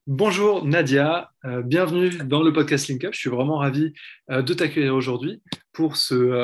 Bonjour Nadia, bienvenue dans le podcast Link Up. Je suis vraiment ravi de t'accueillir aujourd'hui pour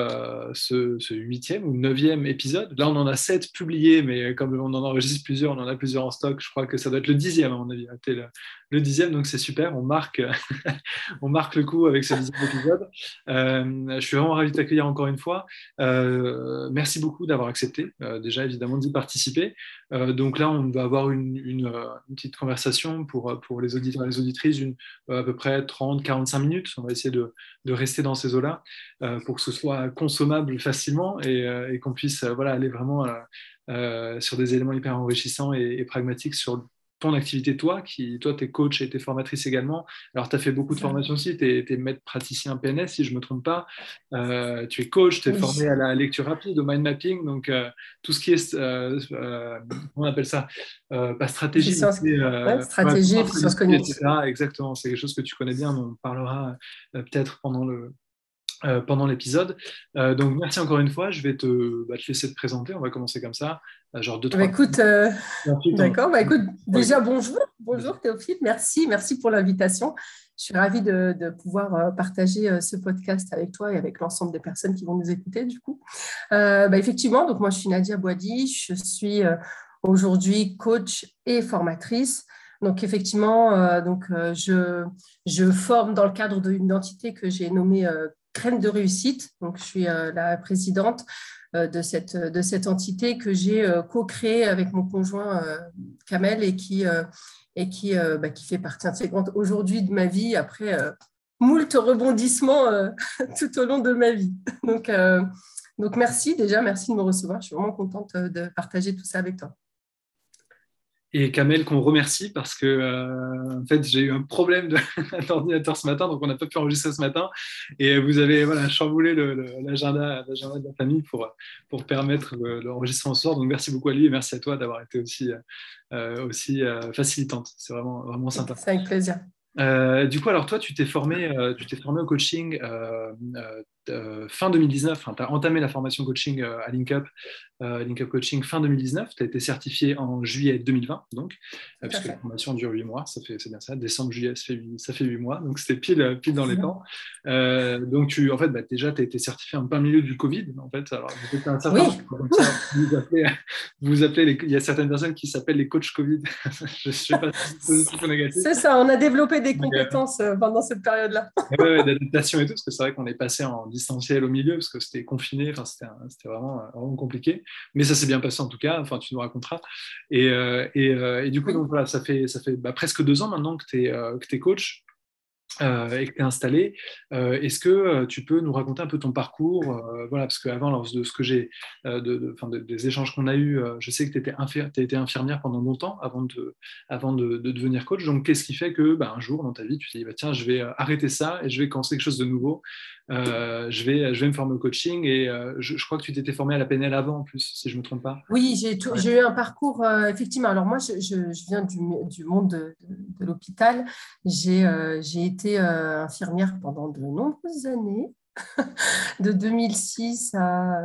ce 8e ou 9e épisode. Là, on en a 7 publiés, mais comme on en enregistre plusieurs, on en a plusieurs en stock. Je crois que ça doit être le 10e à mon avis. T'es le 10e, donc c'est super. On marque, on marque le coup avec ce 10e épisode. Je suis vraiment ravi de t'accueillir encore une fois. Merci beaucoup d'avoir accepté, déjà évidemment, d'y participer. Donc là, on va avoir une petite conversation pour les auditeurs et les auditrices, à peu près 30-45 minutes. On va essayer de rester dans ces eaux-là pour que ce soit consommable facilement et qu'on puisse voilà, aller vraiment sur des éléments hyper enrichissants et pragmatiques sur ton activité, toi, tu es coach et tu es formatrice également. Alors, tu as fait beaucoup de formations aussi, tu es maître praticien PNS, si je ne me trompe pas. Tu es coach, tu es Oui, formé à la lecture rapide, au mind mapping, donc tout ce qui est, on appelle ça, pas stratégie, mais efficience, c'est ouais, voilà, stratégie, pouvoir efficience cognitive, cognitive. etc. Exactement, c'est quelque chose que tu connais bien, mais on parlera peut-être pendant l'épisode. Donc, merci encore une fois. Je vais te laisser te présenter. On va commencer comme ça, genre deux Bah, trois écoute, minutes. Et ensuite, d'accord. Bah, écoute, déjà, bonjour. Vas-y. Bonjour Théophile. Merci pour l'invitation. Je suis ravie de pouvoir partager ce podcast avec toi et avec l'ensemble des personnes qui vont nous écouter, du coup. Effectivement, donc moi, je suis Nadia Boidi. Je suis aujourd'hui coach et formatrice. Donc, effectivement, je forme dans le cadre d'une entité que j'ai nommée Graines de réussite. Donc, je suis la présidente de cette entité que j'ai co-créée avec mon conjoint Kamel et qui fait partie intégrante aujourd'hui de ma vie après moult rebondissements tout au long de ma vie. Donc, merci déjà, merci de me recevoir. Je suis vraiment contente de partager tout ça avec toi. Et Kamel, qu'on remercie parce que en fait, j'ai eu un problème d'ordinateur ce matin, donc on n'a pas pu enregistrer ce matin. Et vous avez voilà, chamboulé l'agenda de la famille pour permettre l'enregistrement ce soir. Donc merci beaucoup à lui et merci à toi d'avoir été aussi facilitante. C'est vraiment sympa. C'est avec plaisir. Du coup, alors toi, tu t'es formé au coaching fin 2019. Enfin, tu as entamé la formation coaching à Link Up Coaching fin 2019. Tu as été certifié en juillet 2020, donc, Tout à puisque la fait. formation dure 8 mois. C'est bien ça. Décembre, juillet, ça fait 8 mois. Donc, c'était pile dans les temps. Donc, en fait, déjà, tu as été certifié en plein milieu du Covid. En fait, alors, vous êtes un certain nombre, Oui, comme ça, il y a certaines personnes qui s'appellent les coachs Covid. Je ne sais pas si c'est positif ou négatif. c'est ça. On a développé des Mais, compétences pendant cette période-là. ouais, d'adaptation et tout, parce que c'est vrai qu'on est passé en distanciel au milieu, parce que c'était confiné, enfin, c'était vraiment compliqué. Mais ça s'est bien passé en tout cas, enfin, tu nous raconteras. Et du coup, Oui. donc, voilà, ça fait presque 2 ans maintenant que t'es coach et que tu es installé. Est-ce que tu peux nous raconter un peu ton parcours voilà, parce qu'avant, lors de ce que j'ai, enfin, des échanges qu'on a eus, je sais que tu été infirmière pendant longtemps avant de devenir coach. Donc, qu'est-ce qui fait que un jour dans ta vie, tu te dis, bah, tiens, je vais arrêter ça et je vais commencer quelque chose de nouveau. Je vais me former au coaching et je crois que tu t'étais formé à la PNL avant en plus, si je ne me trompe pas. Oui, Ouais. j'ai eu un parcours, effectivement. Alors moi, je viens du monde de l'hôpital. J'ai été infirmière pendant de nombreuses années, de 2006 à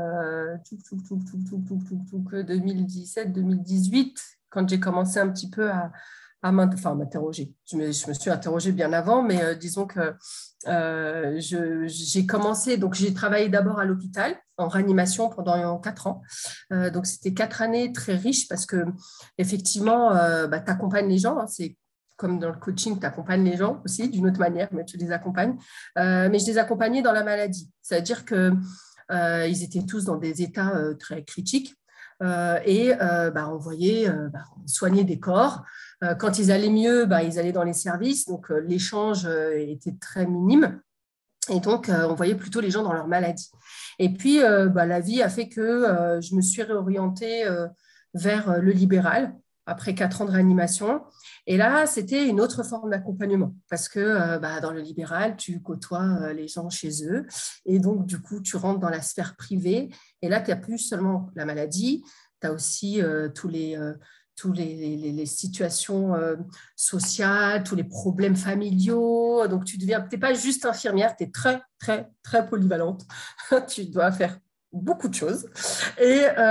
2017-2018, quand j'ai commencé un petit peu à m'interroger. Je me suis interrogée bien avant, mais disons que j'ai commencé, donc j'ai travaillé d'abord à l'hôpital en réanimation pendant 4 ans. Donc c'était 4 années très riches parce que effectivement, tu accompagnes les gens. Hein, c'est comme dans le coaching, tu accompagnes les gens aussi d'une autre manière, mais tu les accompagnes. Mais je les accompagnais dans la maladie. C'est-à-dire qu'ils étaient tous dans des états très critiques. On voyait soigner des corps. Quand ils allaient mieux, ils allaient dans les services. Donc, l'échange était très minime. Et donc, on voyait plutôt les gens dans leur maladie. Et puis, la vie a fait que je me suis réorientée vers le libéral après 4 ans de réanimation. Et là, c'était une autre forme d'accompagnement parce que dans le libéral, tu côtoies les gens chez eux. Et donc, du coup, tu rentres dans la sphère privée. Et là, tu n'as plus seulement la maladie, tu as aussi les situations sociales, tous les problèmes familiaux. Donc, tu n'es pas juste infirmière, tu es très, très, très polyvalente. Tu dois faire beaucoup de choses.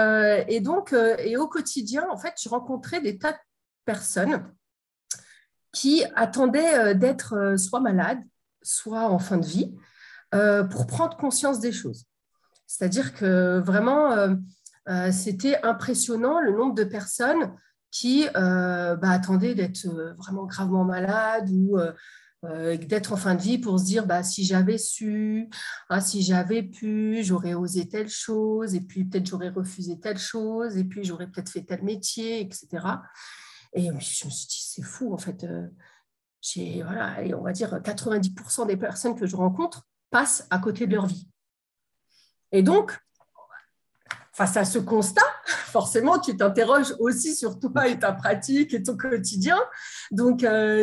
Et au quotidien, en fait, je rencontrais des tas de personnes qui attendaient d'être soit malades, soit en fin de vie, pour prendre conscience des choses. C'est-à-dire que vraiment, c'était impressionnant le nombre de personnes qui attendaient d'être vraiment gravement malades ou d'être en fin de vie pour se dire si j'avais su, si j'avais pu, j'aurais osé telle chose, et puis peut-être j'aurais refusé telle chose, et puis j'aurais peut-être fait tel métier, etc. Et je me suis dit, c'est fou, en fait. Voilà, on va dire 90% des personnes que je rencontre passent à côté de leur vie. Et donc, face à ce constat, forcément, tu t'interroges aussi sur toi et ta pratique et ton quotidien. Donc,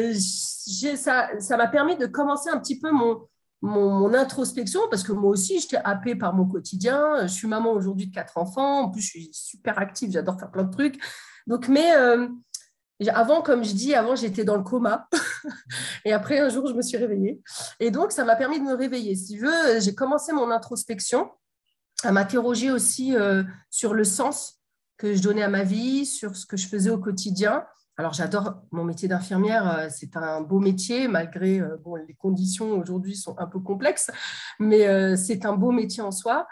ça m'a permis de commencer un petit peu mon introspection, parce que moi aussi, j'étais happée par mon quotidien. Je suis maman aujourd'hui de 4 enfants. En plus, je suis super active, j'adore faire plein de trucs. Donc, mais avant, comme je dis, avant, j'étais dans le coma. Et après, un jour, je me suis réveillée. Et donc, ça m'a permis de me réveiller. Si tu veux, j'ai commencé mon introspection à m'interroger aussi sur le sens que je donnais à ma vie, sur ce que je faisais au quotidien. Alors, j'adore mon métier d'infirmière. C'est un beau métier, malgré les conditions aujourd'hui sont un peu complexes, mais c'est un beau métier en soi.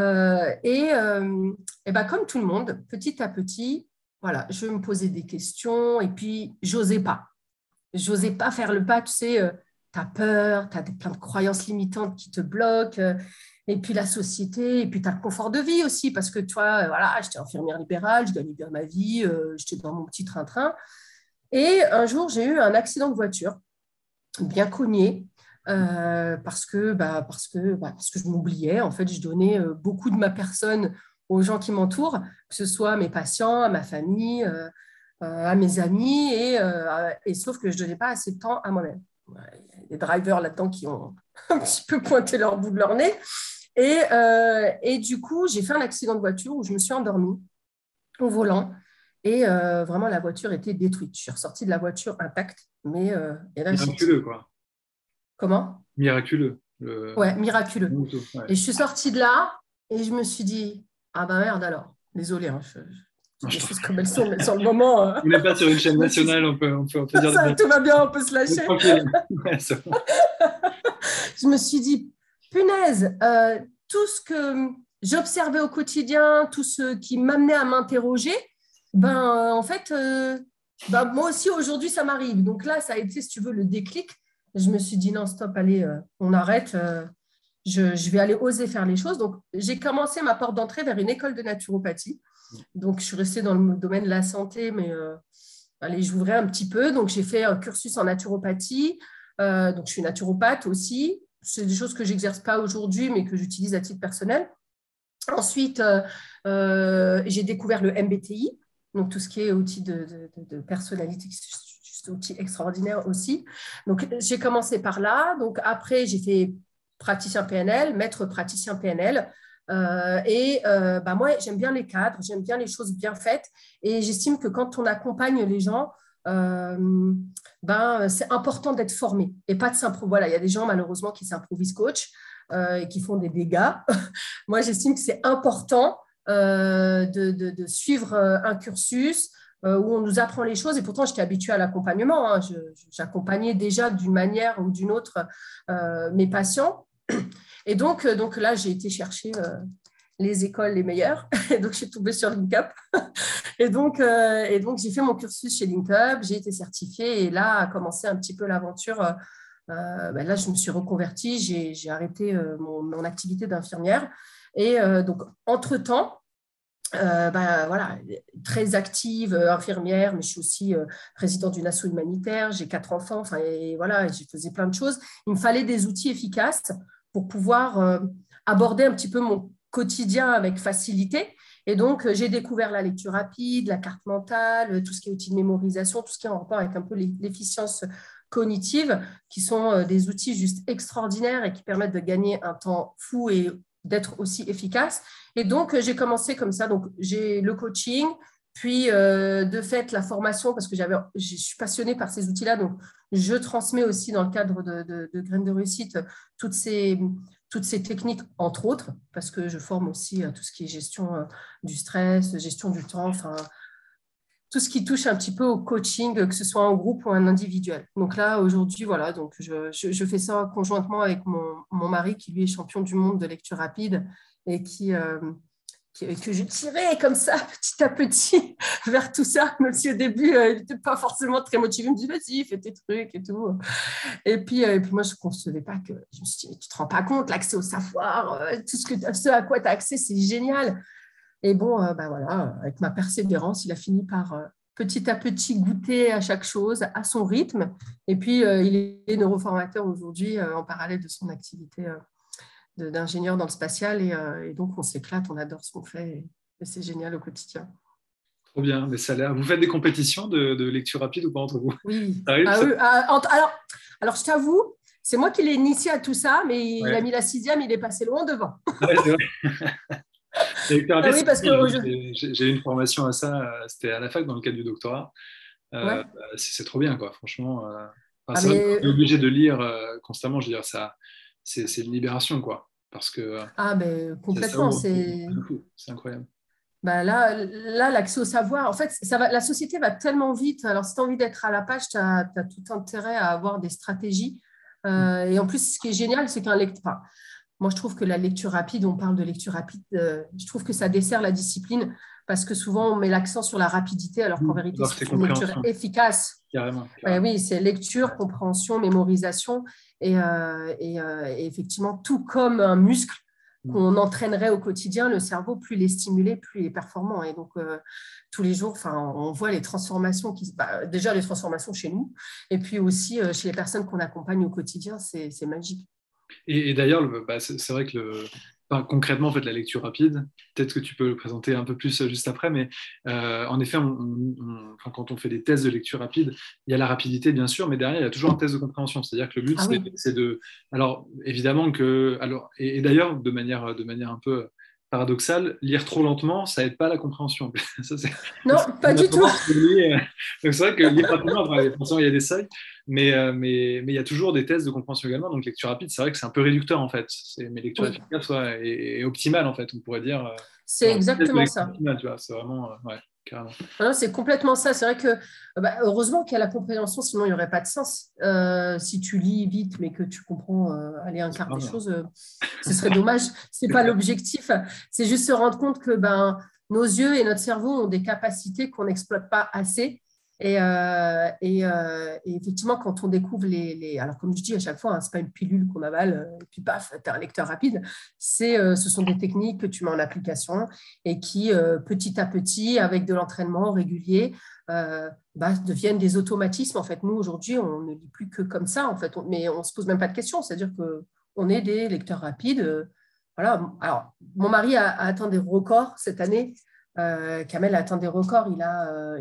Comme tout le monde, petit à petit, voilà, je me posais des questions et puis j'osais pas. J'osais pas faire le pas, tu sais, tu as peur, tu as plein de croyances limitantes qui te bloquent, et puis la société, et puis tu as le confort de vie aussi, parce que toi, voilà, j'étais infirmière libérale, je gagnais bien ma vie, j'étais dans mon petit train-train. Et un jour, j'ai eu un accident de voiture, bien cogné, parce que je m'oubliais. En fait, je donnais beaucoup de ma personne aux gens qui m'entourent, que ce soit mes patients, à ma famille, à mes amis, et sauf que je ne donnais pas assez de temps à moi-même. Il y a des drivers là-dedans qui ont un petit peu pointé leur bout de leur nez. Et du coup, j'ai fait un accident de voiture où je me suis endormie au volant. Et vraiment, la voiture était détruite. Je suis ressortie de la voiture intacte, mais Miraculeux, quoi. Comment? Miraculeux. Ouais, miraculeux. Ouais. Et je suis sortie de là et je me suis dit, ah bah merde alors. Désolée, hein, je dis les choses comme elles sont, mais sur le moment, On n'est pas sur une chaîne nationale, on peut dire ça, tout va bien, on peut se lâcher. tranquille. Ouais, ça va. Je me suis dit, punaise, tout ce que j'observais au quotidien, tout ce qui m'amenait à m'interroger, en fait, moi aussi aujourd'hui ça m'arrive. Donc là, ça a été, si tu veux, le déclic. Je me suis dit, non, stop, allez, on arrête. Je vais aller oser faire les choses. Donc, j'ai commencé ma porte d'entrée vers une école de naturopathie. Donc, je suis restée dans le domaine de la santé, mais allez, j'ouvrais un petit peu. Donc, j'ai fait un cursus en naturopathie. Donc, je suis naturopathe aussi. C'est des choses que je n'exerce pas aujourd'hui, mais que j'utilise à titre personnel. Ensuite, j'ai découvert le MBTI, donc tout ce qui est outil de personnalité, juste outil extraordinaire aussi. Donc, j'ai commencé par là. Donc, après, j'ai fait praticien PNL, maître praticien PNL. Moi, j'aime bien les cadres, j'aime bien les choses bien faites. Et j'estime que quand on accompagne les gens, c'est important d'être formé et pas de s'improviser. Voilà, il y a des gens malheureusement qui s'improvisent coach et qui font des dégâts. Moi, j'estime que c'est important de suivre un cursus où on nous apprend les choses. Et pourtant, j'étais habituée à l'accompagnement. Hein. J'accompagnais déjà d'une manière ou d'une autre mes patients. Et donc là, j'ai été chercher les écoles les meilleures. Et donc, je suis tombée sur LinkUp. Et donc, j'ai fait mon cursus chez LinkUp. J'ai été certifiée. Et là, a commencé un petit peu l'aventure. Là, je me suis reconvertie. J'ai arrêté mon activité d'infirmière. Et donc, entre-temps, voilà, très active, infirmière, mais je suis aussi présidente d'une asso humanitaire, j'ai 4 enfants, et voilà, je faisais plein de choses. Il me fallait des outils efficaces pour pouvoir aborder un petit peu mon quotidien avec facilité. Et donc, j'ai découvert la lecture rapide, la carte mentale, tout ce qui est outils de mémorisation, tout ce qui est en rapport avec un peu l'efficience cognitive, qui sont des outils juste extraordinaires et qui permettent de gagner un temps fou et d'être aussi efficace. Et donc, j'ai commencé comme ça. Donc, j'ai le coaching, puis de fait, la formation, parce que je suis passionnée par ces outils-là. Donc, je transmets aussi dans le cadre de Graines de réussite toutes ces techniques, entre autres, parce que je forme aussi tout ce qui est gestion du stress, gestion du temps, tout ce qui touche un petit peu au coaching, que ce soit en groupe ou en individuel. Donc là, aujourd'hui, voilà, donc je fais ça conjointement avec mon mari qui, lui, est champion du monde de lecture rapide et que je tirais comme ça, petit à petit, vers tout ça. Même si au début, il n'était pas forcément très motivé. Il me dit, vas-y, fais tes trucs et tout. Et puis moi, je ne concevais pas que… Je me suis dit, tu ne te rends pas compte, l'accès au savoir, tout ce à quoi tu as accès, c'est génial. Et bon, voilà, avec ma persévérance, il a fini par petit à petit goûter à chaque chose, à son rythme. Et puis, il est neuroformateur aujourd'hui en parallèle de son activité d'ingénieur dans le spatial. Et donc, on s'éclate, on adore ce qu'on fait. Et c'est génial au quotidien. Trop bien, mais ça a l'air. Vous faites des compétitions de lecture rapide ou pas entre vous? Oui. Ça arrive, ça? Oui. Alors, je t'avoue, c'est moi qui l'ai initié à tout ça, mais il a mis la 6e, il est passé loin devant. Ouais, c'est vrai. La lecture rapide, Oui, parce que… j'ai eu une formation à ça, c'était à la fac dans le cadre du doctorat. Ouais. C'est trop bien, quoi, franchement. Ah, C'est vrai qu'on mais… est obligé de lire constamment, je veux dire, ça, c'est une libération, quoi, parce que mais ça complètement, ouvre c'est… de fou, c'est incroyable. Là, l'accès au savoir, en fait, la société va tellement vite. Alors, si tu as envie d'être à la page, tu as tout intérêt à avoir des stratégies. Et en plus, ce qui est génial, c'est qu'un lecteur… Moi, je trouve que la lecture rapide, on parle de lecture rapide, je trouve que ça dessert la discipline parce que souvent, on met l'accent sur la rapidité alors qu'en vérité, Alors que c'est c'est une lecture compréhension, efficace. carrément. Oui, c'est lecture, compréhension, mémorisation et effectivement, tout comme un muscle qu'on entraînerait au quotidien, le cerveau, plus il est stimulé, plus il est performant. Et donc, tous les jours, on voit les transformations, déjà les transformations chez nous, et puis aussi chez les personnes qu'on accompagne au quotidien, c'est magique. Et d'ailleurs, c'est vrai que enfin, concrètement, en fait, la lecture rapide, peut-être que tu peux le présenter un peu plus juste après, mais en effet, enfin, quand on fait des tests de lecture rapide, il y a la rapidité, bien sûr, mais derrière, il y a toujours un test de compréhension. C'est-à-dire que le but, Ah oui. c'est de… Alors, évidemment que… Et d'ailleurs, de manière un peu paradoxale, lire trop lentement, ça aide pas à la compréhension. Ça, Non, pas du tout. Donc, c'est vrai que lire rapidement, enfin, forcément, il y a des seuils. Mais il y a toujours des tests de compréhension également. Donc, lecture rapide, c'est vrai que c'est un peu réducteur en fait. Mais lecture Oui, efficace et optimale en fait, on pourrait dire. c'est Test de exactement lecture ça. optimale, tu vois. C'est vraiment, ouais, carrément. Non, c'est complètement ça. C'est vrai que heureusement qu'il y a la compréhension, sinon il n'y aurait pas de sens. Si tu lis vite, mais que tu comprends aller un C'est quart des vraiment, choses, ce serait dommage. C'est pas l'objectif. C'est juste se rendre compte que nos yeux et notre cerveau ont des capacités qu'on n'exploite pas assez. Et effectivement, quand on découvre alors comme je dis à chaque fois, ce n'est pas une pilule qu'on avale et puis paf, tu as un lecteur rapide. Ce sont des techniques que tu mets en application et qui, petit à petit, avec de l'entraînement régulier, deviennent des automatismes. En fait, nous, aujourd'hui, on ne lit plus que comme ça, en fait, mais on ne se pose même pas de questions. C'est-à-dire qu'on est des lecteurs rapides. Voilà. Alors, mon mari a atteint des records cette année. Kamel a atteint des records. Il a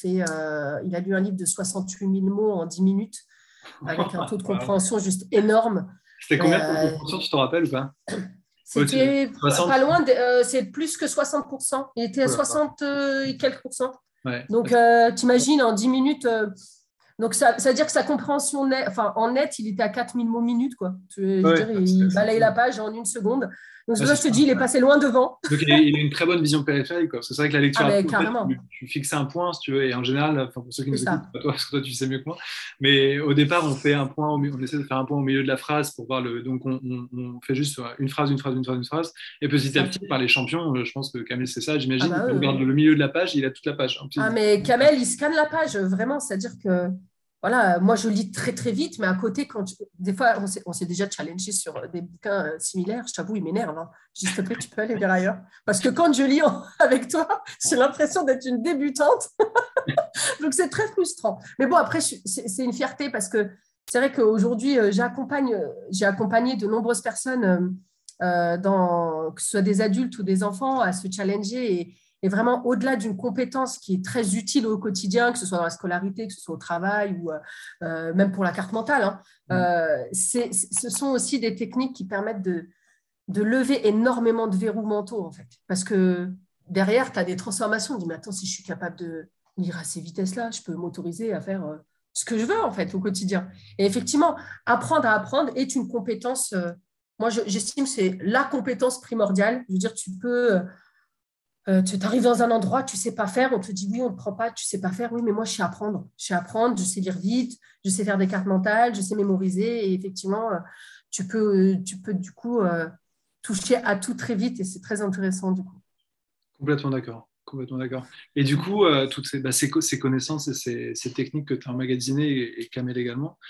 lu un livre de 68 000 mots en 10 minutes avec un taux de wow. compréhension juste énorme. C'était combien de compréhension, tu te rappelles ou pas? C'était 60. pas loin, c'est plus que 60%. Il était à 60 et quelques pourcents. Ouais. Donc, t'imagines, en 10 minutes, donc ça veut dire que sa compréhension en net, il était à 4 000 mots minute, quoi. Je veux dire, il balaye la page en une seconde. Donc, c'est pour ça que je te dis, il est passé loin devant. Donc, il a une très bonne vision périphérique, quoi. Parce que c'est vrai que la lecture, Mais rapide, en fait, carrément. tu fixes un point, si tu veux, et en général, enfin, pour ceux qui C'est nous écoutent, ça. pas toi, parce que toi, tu sais mieux que moi, mais au départ, on fait un point, on essaie de faire un point au milieu de la phrase pour voir donc on fait juste une phrase, et petit à petit, par les champions, je pense que Camille, c'est ça, j'imagine, il regarde le milieu de la page, il a toute la page. Mais Kamel, il scanne la page, vraiment, c'est-à-dire que voilà, moi je lis très très vite, mais à côté, des fois on s'est déjà challengé sur des bouquins similaires, je t'avoue, il m'énerve. Hein. Je dis, s'il te plaît, tu peux aller vers ailleurs. Parce que quand je lis avec toi, j'ai l'impression d'être une débutante. Donc c'est très frustrant. Mais bon, après, c'est une fierté parce que c'est vrai qu'aujourd'hui, j'ai accompagné de nombreuses personnes, que ce soit des adultes ou des enfants, à se challenger et vraiment, au-delà d'une compétence qui est très utile au quotidien, que ce soit dans la scolarité, que ce soit au travail ou même pour la carte mentale, ce sont aussi des techniques qui permettent de lever énormément de verrous mentaux, en fait. Parce que derrière, tu as des transformations. Tu dis, mais attends, si je suis capable de lire à ces vitesses-là, je peux m'autoriser à faire ce que je veux, en fait, au quotidien. Et effectivement, apprendre à apprendre est une compétence… moi, j'estime que c'est la compétence primordiale. Je veux dire, tu peux… Tu arrives dans un endroit, tu ne sais pas faire, on te dit oui, on ne te prend pas, tu ne sais pas faire. Oui, mais moi, je sais apprendre. Je sais apprendre, je sais lire vite, je sais faire des cartes mentales, je sais mémoriser. Et effectivement, tu peux du coup toucher à tout très vite et c'est très intéressant du coup. Complètement d'accord. Complètement d'accord. Et du coup, toutes ces connaissances et ces techniques que tu as emmagasinées et Kamel également,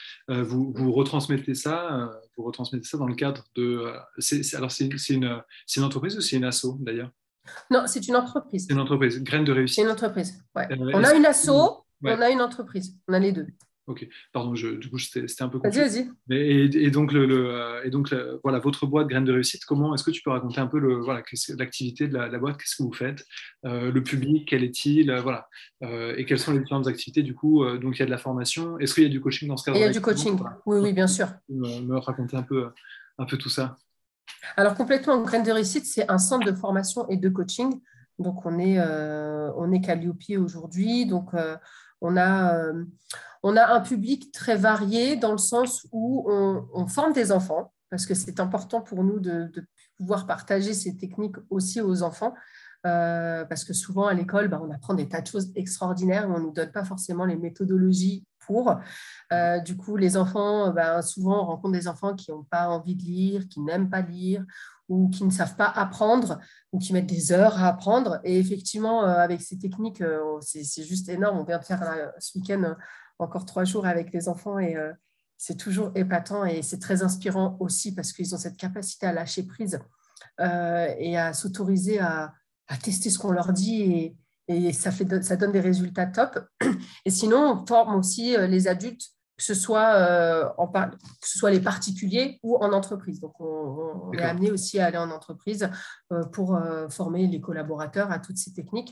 vous retransmettez ça dans le cadre de. Alors, c'est une entreprise ou c'est une asso d'ailleurs? Non, c'est une entreprise. C'est une entreprise, Graines de C'est une réussite. entreprise. Ouais. On Est-ce a que- une asso, Ouais. on a une entreprise. On a les deux. Ok, pardon, du coup, c'était un peu Vas-y, confus. vas-y. Et donc, voilà, votre boîte Graines de réussite, comment est-ce que tu peux raconter un peu voilà, l'activité de la boîte, qu'est-ce que vous faites, le public, quel est-il, voilà, et quelles sont les différentes activités, du coup, donc il y a de la formation, est-ce qu'il y a du coaching dans ce Et il y a cadre-là du également? coaching. Voilà. Oui, Donc, oui, bien sûr. me raconter un peu tout ça. Alors, complètement, Graines de réussite, c'est un centre de formation et de coaching. Donc, on est Calliope aujourd'hui. Donc, on a, euh, on a un public très varié dans le sens où on forme des enfants, parce que c'est important pour nous de pouvoir partager ces techniques aussi aux enfants. Parce que souvent à l'école, on apprend des tas de choses extraordinaires, mais on ne nous donne pas forcément les méthodologies pour. Du coup, les enfants, souvent, on rencontre des enfants qui n'ont pas envie de lire, qui n'aiment pas lire, ou qui ne savent pas apprendre, ou qui mettent des heures à apprendre. Et effectivement, avec ces techniques, c'est juste énorme. On vient de faire ce week-end encore 3 jours avec les enfants et c'est toujours épatant et c'est très inspirant aussi parce qu'ils ont cette capacité à lâcher prise et à s'autoriser à tester ce qu'on leur dit et ça donne des résultats top. Et sinon, on forme aussi les adultes, que ce soit les particuliers ou en entreprise. Donc, on est amené aussi à aller en entreprise pour former les collaborateurs à toutes ces techniques.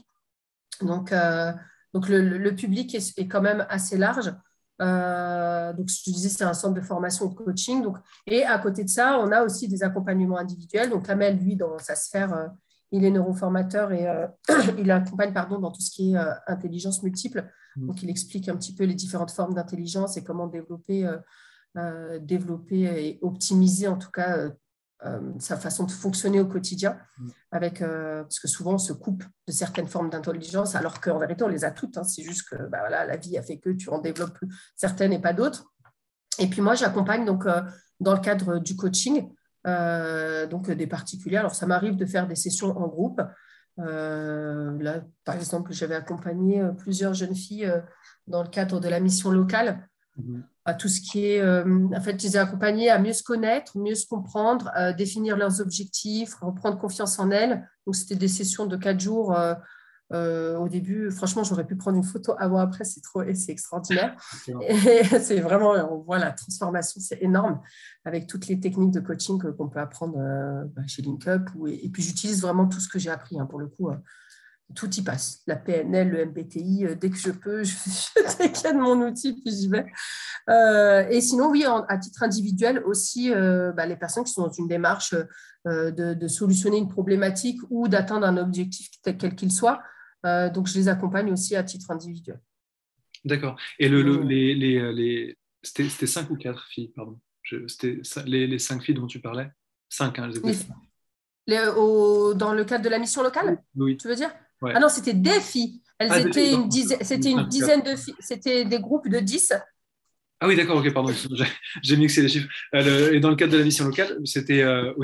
Donc le public est quand même assez large. Donc, je te disais, c'est un centre de formation et de coaching. Donc, et à côté de ça, on a aussi des accompagnements individuels. Donc, Kamel, lui, dans sa sphère, il est neuroformateur et il accompagne dans tout ce qui est intelligence multiple. Donc, il explique un petit peu les différentes formes d'intelligence et comment développer et optimiser, en tout cas, sa façon de fonctionner au quotidien, parce que souvent on se coupe de certaines formes d'intelligence, alors qu'en vérité on les a toutes. C'est juste que voilà, la vie a fait que tu en développes certaines et pas d'autres. Et puis moi j'accompagne donc dans le cadre du coaching, donc des particuliers. Alors ça m'arrive de faire des sessions en groupe. Là, par exemple, j'avais accompagné plusieurs jeunes filles dans le cadre de la mission locale. À tout ce qui est, en fait, je les ai accompagnés à mieux se connaître, mieux se comprendre, définir leurs objectifs, reprendre confiance en elles. Donc, c'était des sessions de 4 jours. Au début, franchement, j'aurais pu prendre une photo avant-après, c'est extraordinaire. Et c'est vraiment, on voit la transformation, c'est énorme avec toutes les techniques de coaching qu'on peut apprendre chez LinkUp. Et puis, j'utilise vraiment tout ce que j'ai appris, pour le coup. Tout y passe. La PNL, le MBTI, dès que je peux, je décale mon outil, puis j'y vais. Et sinon, oui, à titre individuel aussi, les personnes qui sont dans une démarche de solutionner une problématique ou d'atteindre un objectif quel qu'il soit. Donc, je les accompagne aussi à titre individuel. D'accord. Et c'était 5 ou 4 filles, pardon. C'était les 5 filles dont tu parlais? 5, hein, elles étaient 5. Dans le cadre de la mission locale, Oui. tu veux dire? Ouais. Ah non, c'était des filles. Elles étaient une dizaine, c'était une dizaine de filles. C'était des groupes de 10. Ah oui, d'accord, ok, pardon, j'ai mixé les chiffres. Et dans le cadre de la mission locale, c'était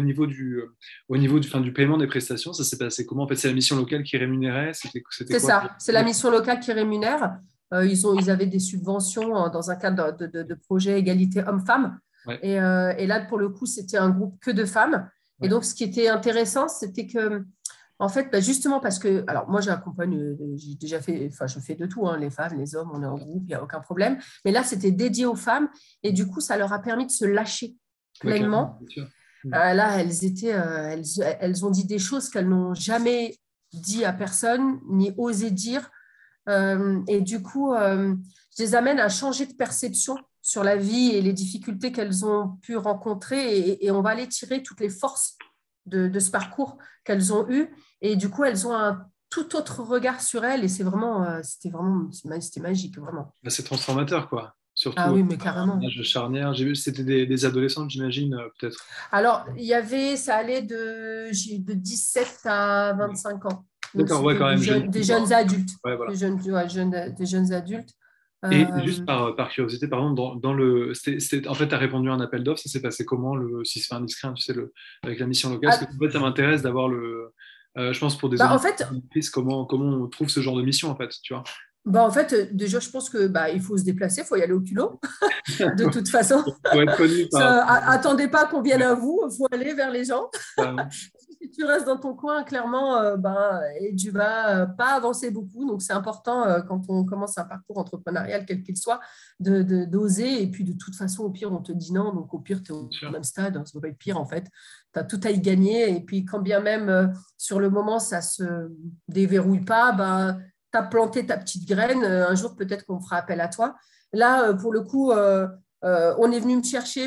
du paiement des prestations, ça s'est passé comment? En fait, c'est la mission locale qui rémunérait, c'était C'est quoi? ça, c'est la mission locale qui rémunère. Ils avaient des subventions dans un cadre de projet égalité homme-femme. Ouais. Et là, pour le coup, c'était un groupe que de femmes. Ouais. Et donc, ce qui était intéressant, c'était que, en fait, justement parce que, alors moi, j'accompagne, j'ai déjà fait, je fais de tout, les femmes, les hommes, on est en groupe, il n'y a aucun problème. Mais là, c'était dédié aux femmes et du coup, ça leur a permis de se lâcher pleinement. Là, elles ont dit des choses qu'elles n'ont jamais dit à personne, ni osé dire. Et du coup, je les amène à changer de perception sur la vie et les difficultés qu'elles ont pu rencontrer et on va aller tirer toutes les forces de ce parcours qu'elles ont eu et du coup elles ont un tout autre regard sur elles et c'était magique vraiment. C'est transformateur quoi, surtout oui, mais carrément. un âge charnière. J'ai vu c'était des adolescentes j'imagine peut-être. Alors ça allait de 17 à 25 ans. Donc, D'accord, ouais, c'était quand même jeune. des jeunes adultes, Ouais, voilà. des jeunes adultes. Et juste par curiosité, par exemple, en fait, tu as répondu à un appel d'offres, ça s'est passé comment, si c'est pas indiscret, hein, tu sais, avec la mission locale? Parce que ah, en fait, ça m'intéresse d'avoir je pense pour des en auditeurs, fait, comment on trouve ce genre de mission, en fait, tu vois? déjà, je pense que il faut se déplacer, il faut y aller au culot, de toute façon. Pour être connu par. Attendez pas qu'on vienne Ouais, à vous, il faut aller vers les gens. carrément. Si tu restes dans ton coin, clairement, et tu vas pas avancer beaucoup. Donc, c'est important quand on commence un parcours entrepreneurial, quel qu'il soit, d'oser. Et puis, de toute façon, au pire, on te dit non. Donc, au pire, tu es Bien au sûr. même stade. Ça ne va pas être pire, en fait. Tu as tout à y gagner. Et puis, quand bien même, sur le moment, ça ne se déverrouille pas, tu as planté ta petite graine. Un jour, peut-être qu'on fera appel à toi. Là, pour le coup, on est venu me chercher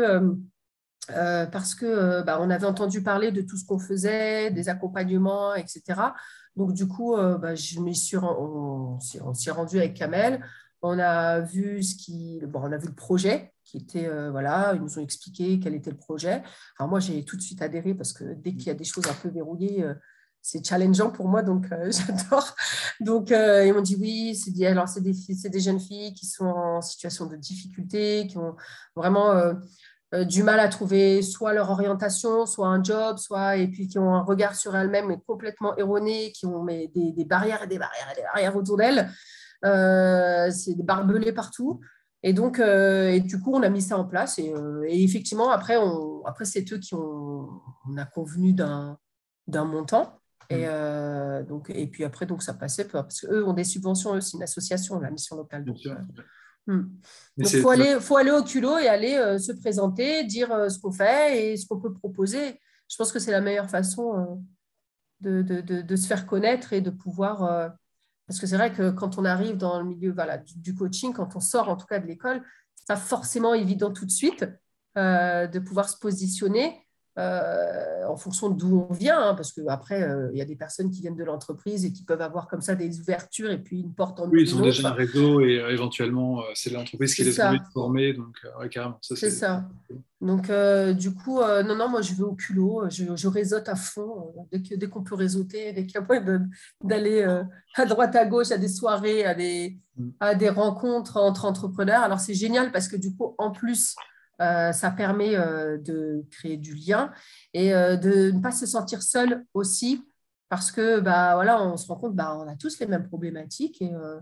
parce que on avait entendu parler de tout ce qu'on faisait, des accompagnements, etc. Donc, du coup, on s'y est rendu avec Kamel. On a vu on a vu le projet qui était, voilà, ils nous ont expliqué quel était le projet. Alors, moi, j'ai tout de suite adhéré parce que dès qu'il y a des choses un peu verrouillées, c'est challengeant pour moi, donc j'adore. Donc, ils m'ont dit oui, c'est des jeunes filles qui sont en situation de difficulté, qui ont vraiment du mal à trouver soit leur orientation, soit un job, et puis qui ont un regard sur elles-mêmes mais complètement erroné, qui ont des barrières et des barrières et des barrières autour d'elles. C'est des barbelés partout. Et donc, et du coup, on a mis ça en place. Et effectivement, après c'est eux on a convenu d'un montant. Et puis après, donc ça passait parce qu'eux ont des subventions, eux, c'est une association, la mission locale. Bien Donc, sûr. hmm. Mais Donc, faut aller au culot et aller se présenter, dire ce qu'on fait et ce qu'on peut proposer. Je pense que c'est la meilleure façon de se faire connaître et de pouvoir. Parce que c'est vrai que quand on arrive dans le milieu voilà, du coaching, quand on sort en tout cas de l'école, c'est pas forcément évident tout de suite de pouvoir se positionner en fonction d'où on vient, hein, parce qu'après, il y a des personnes qui viennent de l'entreprise et qui peuvent avoir comme ça des ouvertures et puis une porte en Oui, ouvre ils ont une déjà un autre. réseau et éventuellement, c'est l'entreprise qui C'est les a envie de ça. former. Donc, ouais, carrément, ça, C'est c'est. ça. Donc, du coup, non, moi, je vais au culot, je réseaute à fond. Dès qu'on peut réseauter, dès qu'il y a moyen d'aller à droite, à gauche, à des soirées, à des rencontres entre entrepreneurs. Alors, c'est génial parce que du coup, en plus, ça permet de créer du lien et de ne pas se sentir seul aussi parce que, voilà, on se rend compte, on a tous les mêmes problématiques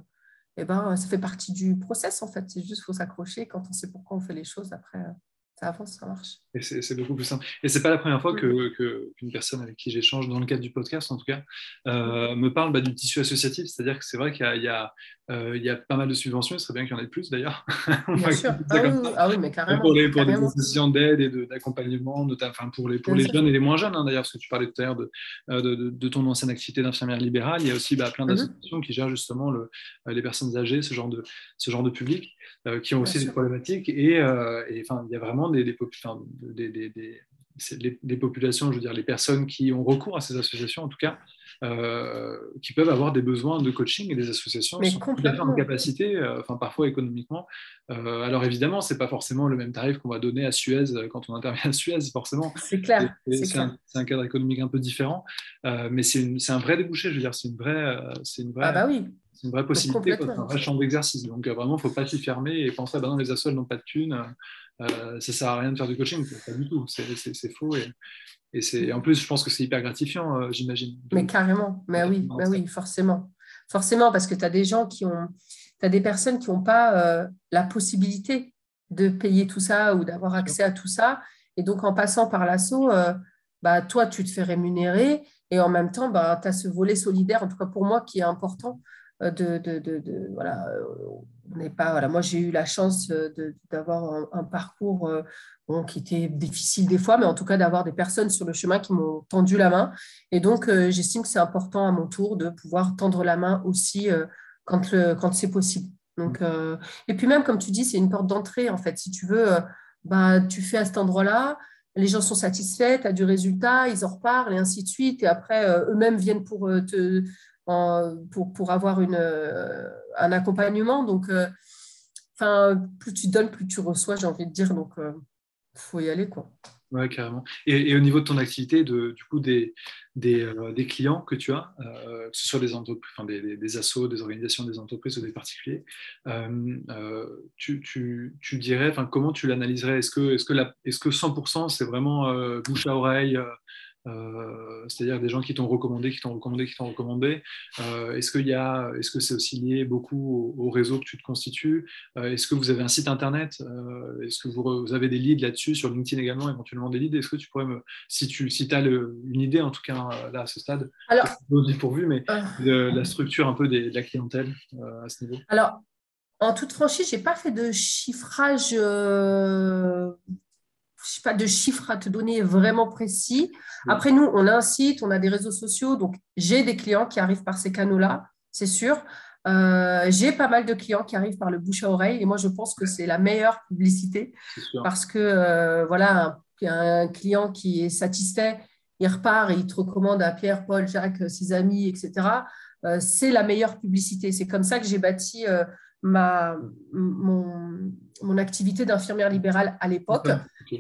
ça fait partie du process, en fait. C'est juste qu'il faut s'accrocher. Quand on sait pourquoi on fait les choses, après, ça avance, ça marche. Et c'est beaucoup plus simple. Et c'est pas la première fois Mm. qu'une personne avec qui j'échange, dans le cadre du podcast en tout cas, me parle du tissu associatif. C'est-à-dire que c'est vrai qu'il y a pas mal de subventions. Il serait bien qu'il y en ait plus d'ailleurs. On Bien va sûr. expliquer ça Ah oui, comme oui, ça. ah oui, mais carrément, Pour des carrément. associations d'aide et d'accompagnement, enfin pour Bien les sûr. jeunes et les moins jeunes, hein, d'ailleurs, parce que tu parlais tout à l'heure de ton ancienne activité d'infirmière libérale. Il y a aussi plein Mhm. d'associations qui gèrent justement les personnes âgées, ce genre de public, qui ont Bien aussi des sûr. problématiques. Enfin, il y a vraiment enfin, des populations, je veux dire, les personnes qui ont recours à ces associations, en tout cas, qui peuvent avoir des besoins de coaching et des associations Mais sont tout à fait en complètement. capacité, enfin parfois économiquement. Alors évidemment, c'est pas forcément le même tarif qu'on va donner à Suez quand on intervient à Suez, forcément. C'est clair, c'est C'est clair. un cadre économique un peu différent, mais c'est un vrai débouché, je veux dire, Ah bah oui, c'est une vraie donc possibilité, quoi. C'est un complètement. vrai champ d'exercice. Donc vraiment, il ne faut pas s'y fermer et penser, non, les assos n'ont pas de thunes, ça ne sert à rien de faire du coaching. Pas du tout, c'est faux. En plus, je pense que c'est hyper gratifiant, j'imagine. Mais carrément, mais oui, forcément. Forcément, parce que tu as des gens t'as des personnes qui n'ont pas la possibilité de payer tout ça ou d'avoir accès à tout ça. Et donc, en passant par l'assaut, toi, tu te fais rémunérer et en même temps, tu as ce volet solidaire, en tout cas pour moi, qui est important voilà, on n'est pas, voilà, moi, j'ai eu la chance d'avoir un parcours qui était difficile des fois, mais en tout cas d'avoir des personnes sur le chemin qui m'ont tendu la main. Et donc, j'estime que c'est important à mon tour de pouvoir tendre la main aussi quand c'est possible. Donc, et puis même, comme tu dis, c'est une porte d'entrée, en fait. Si tu veux, tu fais à cet endroit-là, les gens sont satisfaits, tu as du résultat, ils en reparlent, et ainsi de suite. Et après, eux-mêmes viennent pour avoir un accompagnement. Donc, plus tu donnes, plus tu reçois, j'ai envie de dire. Donc, il faut y aller, quoi. Ouais, carrément. Et au niveau de ton activité, du coup, des clients que tu as, que ce soit des entreprises, enfin, des assos, des organisations, des entreprises ou des particuliers, tu dirais, enfin, comment tu l'analyserais? Est-ce que 100% c'est vraiment bouche à oreille, c'est-à-dire des gens qui t'ont recommandé, qui t'ont recommandé, qui t'ont recommandé? Est-ce que c'est aussi lié beaucoup au réseau que tu te constitues? Est-ce que vous avez un site internet? Est-ce que vous avez des leads là-dessus, sur LinkedIn également, éventuellement des leads? Est-ce que tu pourrais si tu as une idée, en tout cas là à ce stade, Alors, dépourvu, mais euh, de la structure un peu de la clientèle à ce niveau? alors, en toute franchise, j'ai pas fait de chiffrage, je sais pas de chiffres à te donner vraiment précis. Oui, Après, nous, on a un site, on a des réseaux sociaux, donc j'ai des clients qui arrivent par ces canaux-là, c'est sûr. J'ai pas mal de clients qui arrivent par le bouche à oreille et moi, je pense que c'est la meilleure publicité c'est sûr. parce que voilà, un client qui est satisfait, il repart et il te recommande à Pierre, Paul, Jacques, ses amis, etc. C'est la meilleure publicité. C'est comme ça que j'ai bâti ma, mon, mon activité d'infirmière libérale à C'est l'époque. ça. Ok.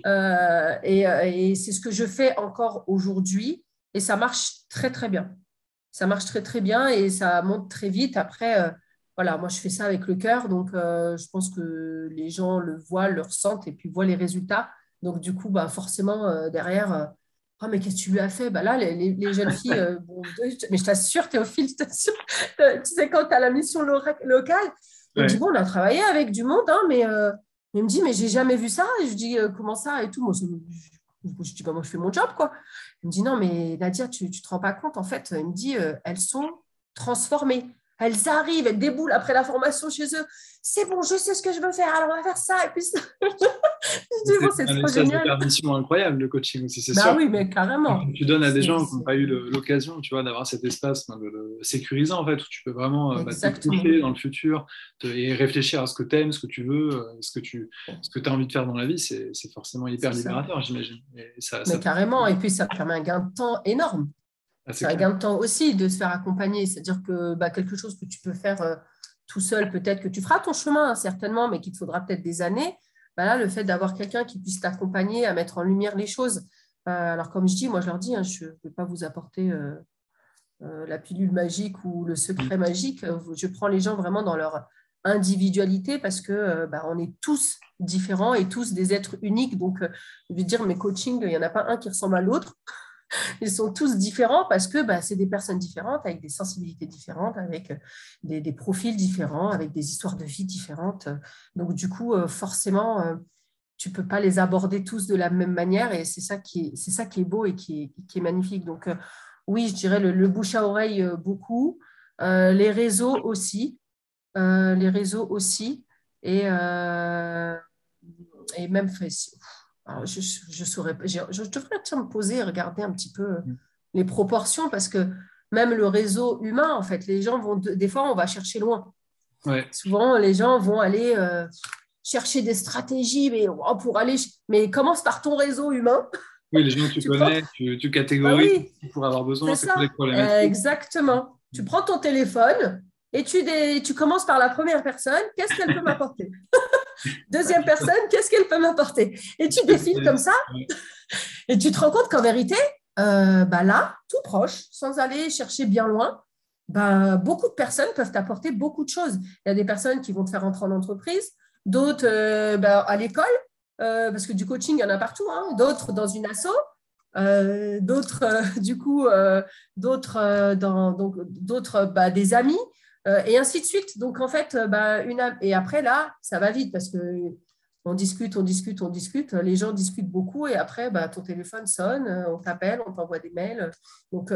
Et c'est ce que je fais encore aujourd'hui et ça marche très, très bien. Ça marche très, très bien et ça monte très vite. Après, voilà, moi, je fais ça avec le cœur. Donc, je pense que les gens le voient, le ressentent et puis voient les résultats. Donc, du coup, bah, forcément, derrière, ah, mais qu'est-ce que tu lui as fait? Bah, là, les jeunes filles, bon, mais je t'assure, Théophile, je t'assure, tu sais, quand tu as la mission locale, il me dit, Ouais. bon, on a travaillé avec du monde, hein, mais il me dit, mais j'ai jamais vu ça. Et je dis, comment ça et tout. Moi, je dis, bah, moi, je fais mon job, quoi. Il me dit, non, mais Nadia, tu ne te rends pas compte. En fait, il me dit, elles sont transformées. Elles arrivent, elles déboulent après la formation chez eux. C'est bon, je sais ce que je veux faire, alors on va faire ça. Et puis, je dis, C'est bon, c'est un trop espace de génial. permission incroyable, le coaching aussi, c'est Bah sûr. oui, mais carrément. Quand tu donnes à des C'est gens qui n'ont c'est- pas eu l'occasion, tu vois, d'avoir cet espace sécurisant, en fait, où tu peux vraiment te exactement. projeter dans le futur et réfléchir à ce que tu aimes, ce que tu veux, ce que tu as envie de faire dans la vie, c'est forcément hyper C'est ça. libérateur, j'imagine. Et ça Mais carrément. Et puis, ça permet un gain de temps énorme. c'est C'est un clair. gain de temps aussi de se faire accompagner. C'est-à-dire que bah, quelque chose que tu peux faire tout seul, peut-être que tu feras ton chemin, hein, certainement, mais qu'il te faudra peut-être des années. Bah là, le fait d'avoir quelqu'un qui puisse t'accompagner à mettre en lumière les choses. Alors, comme je dis, moi, je leur dis, hein, je ne peux pas vous apporter la pilule magique ou le secret magique. Je prends les gens vraiment dans leur individualité parce que bah, on est tous différents et tous des êtres uniques. Donc, je veux dire, mes coachings, il n'y en a pas un qui ressemble à l'autre. Ils sont tous différents parce que bah, c'est des personnes différentes, avec des sensibilités différentes, avec des profils différents, avec des histoires de vie différentes. Donc, du coup, forcément, tu ne peux pas les aborder tous de la même manière et c'est ça qui est beau et qui est magnifique. Donc, oui, je dirais le bouche à oreille beaucoup, les réseaux aussi, les réseaux aussi et, et même Facebook. Alors, saurais, je devrais tiens, me poser et regarder un petit peu les proportions parce que même le réseau humain, en fait, les gens vont, des fois, on va chercher loin. Ouais. Souvent, les gens vont aller chercher des stratégies mais, oh, pour aller. Mais commence par ton réseau humain. Oui, les gens que tu Tu prends. connais, tu Bah catégorises oui, pour avoir besoin, c'est c'est quoi les ça. problématiques. Exactement. Tu prends ton téléphone et tu commences par la première personne. Qu'est-ce qu'elle peut m'apporter? Deuxième personne, qu'est-ce qu'elle peut m'apporter? Et tu défiles comme ça Ouais. et tu te rends compte qu'en vérité, bah là, tout proche, sans aller chercher bien loin, bah, beaucoup de personnes peuvent t'apporter beaucoup de choses. Il y a des personnes qui vont te faire entrer en entreprise, d'autres bah, à l'école, parce que du coaching, il y en a partout, hein, d'autres dans une asso, d'autres, du coup, d'autres bah, des amis, et ainsi de suite. Donc, en fait, bah, et après, là, ça va vite parce que on discute, on discute, on discute. Les gens discutent beaucoup et après, bah, ton téléphone sonne, on t'appelle, on t'envoie des mails. Donc,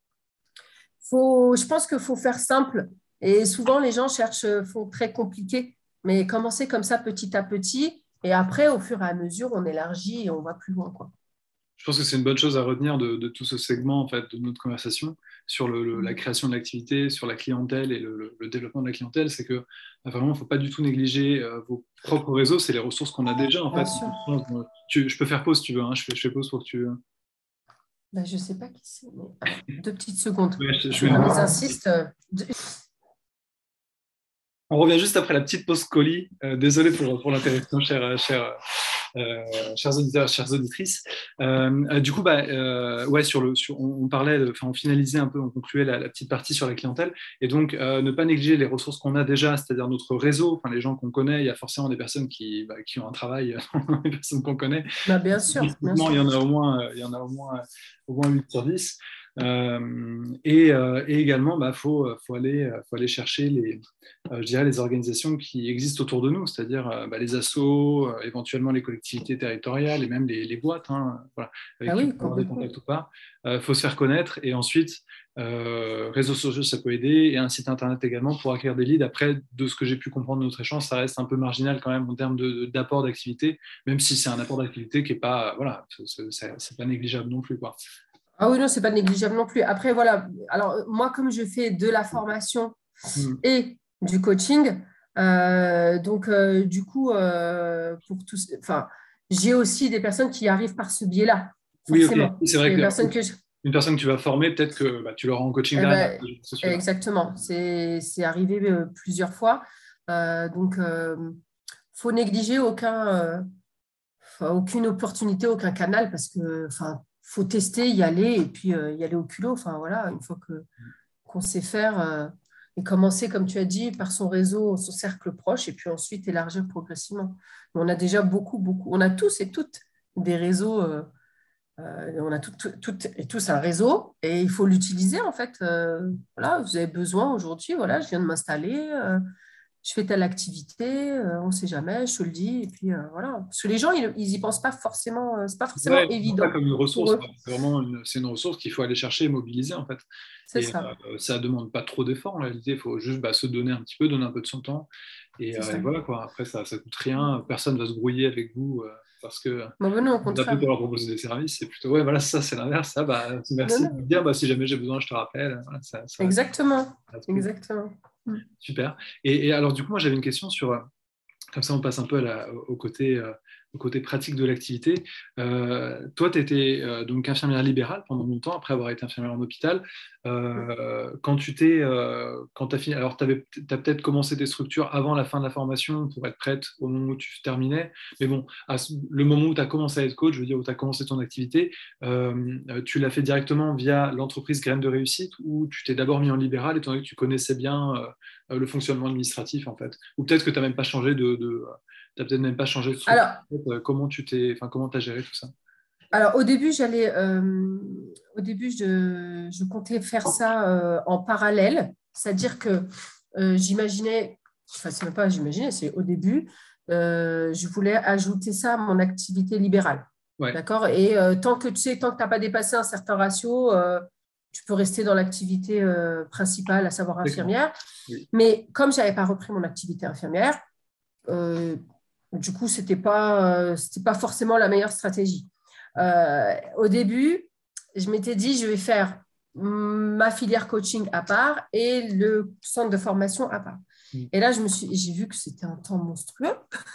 je pense qu'il faut faire simple. Et souvent, les gens font très compliqué. Mais commencer comme ça petit à petit. Et après, au fur et à mesure, on élargit et on va plus loin, quoi. Je pense que c'est une bonne chose à retenir de tout ce segment en fait, de notre conversation sur la création de l'activité, sur la clientèle et le développement de la clientèle. C'est que vraiment, il ne faut pas du tout négliger vos propres réseaux. C'est les ressources qu'on a déjà en Bien fait. sûr. Je peux faire pause si tu veux. Hein. Je fais pause pour que tu. Ben, je ne sais pas qui c'est, mais alors, 2 petites secondes. Ouais, Comme ils insistent. On revient juste après la petite pause colis. Désolé pour l'interruption, cher chers auditeurs, chères auditrices. Du coup, ouais, on parlait, on finalisait un peu, on concluait la petite partie sur la clientèle, et donc ne pas négliger les ressources qu'on a déjà, c'est-à-dire notre réseau, les gens qu'on connaît. Il y a forcément des personnes qui ont un travail, des personnes qu'on connaît. Bah, bien sûr, bien Typiquement, sûr. il y en a au moins 8 sur 10. Et également, faut aller chercher je dirais les organisations qui existent autour de nous, c'est-à-dire les assos, éventuellement les collectivités territoriales et même les boîtes, hein, voilà, avec Ah qui on oui, peut avoir des complètement. contacts ou pas. Faut se faire connaître et ensuite, réseaux sociaux, ça peut aider et un site internet également pour acquérir des leads. Après, de ce que j'ai pu comprendre de notre échange, ça reste un peu marginal quand même en termes d'apport d'activité, même si c'est un apport d'activité qui n'est pas, voilà, c'est pas négligeable non plus, quoi. Ah oui, non, c'est pas négligeable non plus. Après, voilà. Alors, moi, comme je fais de la formation Mm. et du coaching, donc, du coup, pour tous, enfin, j'ai aussi des personnes qui arrivent par ce biais-là, Oui, ok. forcément. C'est vrai Des personnes que qu'une personne que tu vas former, peut-être que tu l'auras en coaching eh derrière, ben, c'est sûr. exactement. C'est arrivé plusieurs fois. Donc, faut négliger aucune opportunité, aucun canal, parce que, enfin, faut tester, y aller, et puis y aller au culot. Enfin, voilà, une fois qu'on sait faire, et commencer, comme tu as dit, par son réseau, son cercle proche, et puis ensuite élargir progressivement. Mais on a déjà beaucoup, on a tous et toutes des réseaux, on a toutes et tous un réseau, et il faut l'utiliser, en fait. Voilà, vous avez besoin aujourd'hui, voilà, je viens de m'installer, je fais telle activité, on ne sait jamais, je te le dis, et puis voilà. Parce que les gens, ils y pensent pas forcément, c'est pas forcément Ouais, pas évident comme une pour ressource, eux. c'est vraiment c'est une ressource qu'il faut aller chercher et mobiliser en fait. C'est Et ça, ça demande pas trop d'efforts en réalité, il faut juste se donner un petit peu, donner un peu de son temps. c'est Et ça. voilà quoi, après ça coûte rien, personne va se brouiller avec vous parce que Bon, ben non, au vous appelez contraire. pour leur proposer des services, c'est plutôt, ouais, voilà, ça c'est l'inverse, ça, Non, merci de me non. dire, si jamais j'ai besoin, je te rappelle. Voilà, Exactement, ça reste cool. exactement. Mm. Super. Et alors, du coup, moi, j'avais une question sur, comme ça, on passe un peu au côté pratique de l'activité. Toi, tu étais donc infirmière libérale pendant longtemps, après avoir été infirmière en hôpital. Quand tu as fini, alors tu as peut-être commencé des structures avant la fin de la formation pour être prête au moment où tu terminais. Mais bon, le moment où tu as commencé à être coach, je veux dire, où tu as commencé ton activité, tu l'as fait directement via l'entreprise Graines de Réussite ou tu t'es d'abord mis en libéral étant donné que tu connaissais bien le fonctionnement administratif, en fait. Ou peut-être que tu n'as même pas changé t'as peut-être même pas changé de structure. Alors, Comment t'as géré tout ça? alors, au début, je comptais faire ça en parallèle, c'est-à-dire que j'imaginais, enfin, c'est même pas j'imaginais, c'est au début, je voulais ajouter ça à mon activité libérale. Ouais. D'accord? Et tant que tu n'as pas dépassé un certain ratio, tu peux rester dans l'activité principale, à savoir D'accord. infirmière. Oui. Mais comme je n'avais pas repris mon activité infirmière, euh, du coup, c'était pas forcément la meilleure stratégie. Au début, je m'étais dit, je vais faire ma filière coaching à part et le centre de formation à part. Mm. Et là, j'ai vu que c'était un temps monstrueux,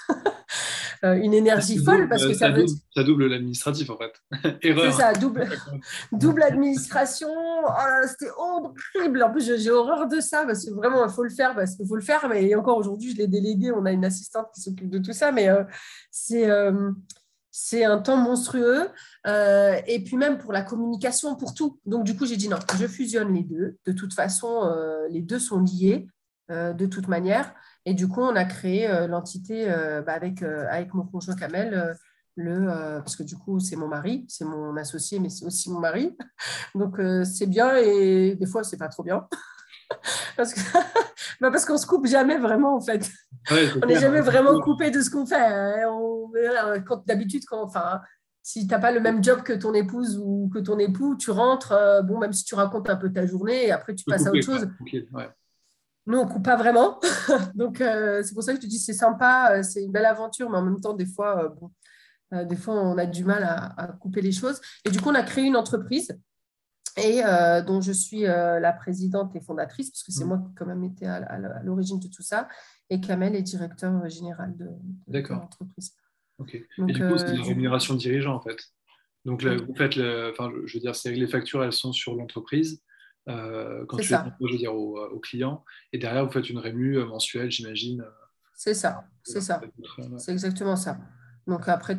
une énergie folle, parce que Ça double l'administratif, en fait. c'est Erreur. ça, double administration. Oh là là, c'était horrible. En plus, j'ai horreur de ça parce que vraiment, il faut le faire parce qu'il faut le faire. Mais encore aujourd'hui, je l'ai délégué. On a une assistante qui s'occupe de tout ça. Mais c'est c'est un temps monstrueux. Et puis même pour la communication, pour tout. Donc, du coup, j'ai dit non, je fusionne les deux. De toute façon, les deux sont liés de toute manière. Et du coup, on a créé l'entité avec mon conjoint Kamel. Parce que du coup, c'est mon mari, c'est mon associé, mais c'est aussi mon mari. Donc, c'est bien et des fois, c'est pas trop bien. Parce que, parce qu'on se coupe jamais vraiment, en fait. Ouais, c'est On n'est clair. jamais vraiment coupé de ce qu'on fait. D'habitude, si tu n'as pas le même job que ton épouse ou que ton époux, tu rentres, bon, même si tu racontes un peu ta journée et après tu Tu peux passes à autre couper, quoi. chose. Tranquille, ouais. Nous, on ne coupe pas vraiment. Donc, c'est pour ça que je te dis, c'est sympa, c'est une belle aventure, mais en même temps, des fois, on a du mal à couper les choses. Et du coup, on a créé une entreprise et dont je suis la présidente et fondatrice, parce que c'est Mm. moi qui ai quand même été à l'origine de tout ça. Et Kamel est directeur général de D'accord. l'entreprise. OK. Et Donc, du coup, c'est de la rémunération dirigeant, en fait. Donc, là, vous faites, je veux dire, c'est les factures, elles sont sur l'entreprise quand c'est tu les ça, envoies, je veux dire, au client. Et derrière, vous faites une rému mensuelle, j'imagine. c'est ça, Voilà. c'est ça. C'est exactement ça. Donc après,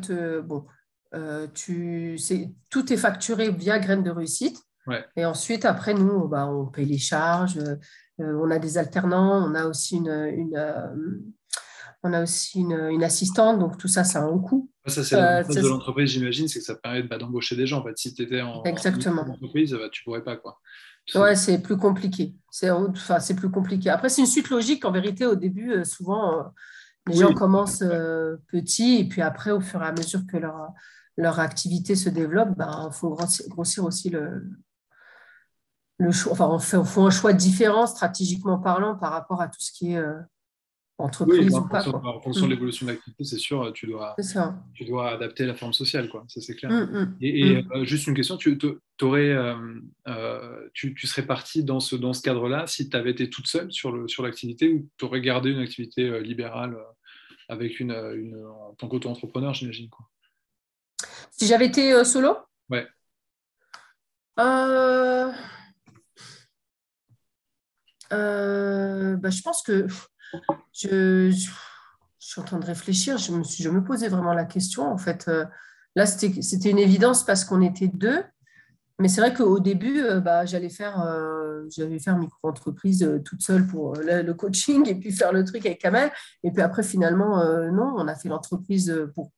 tout est facturé via Graines de Réussite. Ouais. Et ensuite, après, nous, on paye les charges. On a des alternants. On a aussi une assistante. Donc tout ça, ça a un coût. Ça, c'est l'avantage de l'entreprise, j'imagine, c'est que ça te permet d'embaucher des gens. En fait, si tu étais en Exactement. entreprise, tu ne pourrais pas, quoi. Ouais, c'est plus compliqué. C'est plus compliqué. Après, c'est une suite logique. En vérité, au début, souvent, les gens commencent petits et puis après, au fur et à mesure que leur activité se développe, il faut grossir aussi le choix. Enfin, on fait un choix différent, stratégiquement parlant, par rapport à tout ce qui est entreprise ou pas. En fonction de l'évolution de l'activité, c'est sûr, tu dois adapter la forme sociale, quoi. Ça, c'est clair. Juste une question, tu serais partie dans ce cadre-là si tu avais été toute seule sur l'activité ou tu aurais gardé une activité libérale avec en tant qu'auto-entrepreneur, j'imagine, quoi. Si j'avais été solo? Ouais. Je pense que je suis en train de réfléchir. Je me posais vraiment la question. En fait, là, c'était une évidence parce qu'on était deux. Mais c'est vrai qu'au début, j'allais faire micro-entreprise toute seule pour le coaching et puis faire le truc avec Kamel. Et puis après, finalement, non, on a fait l'entreprise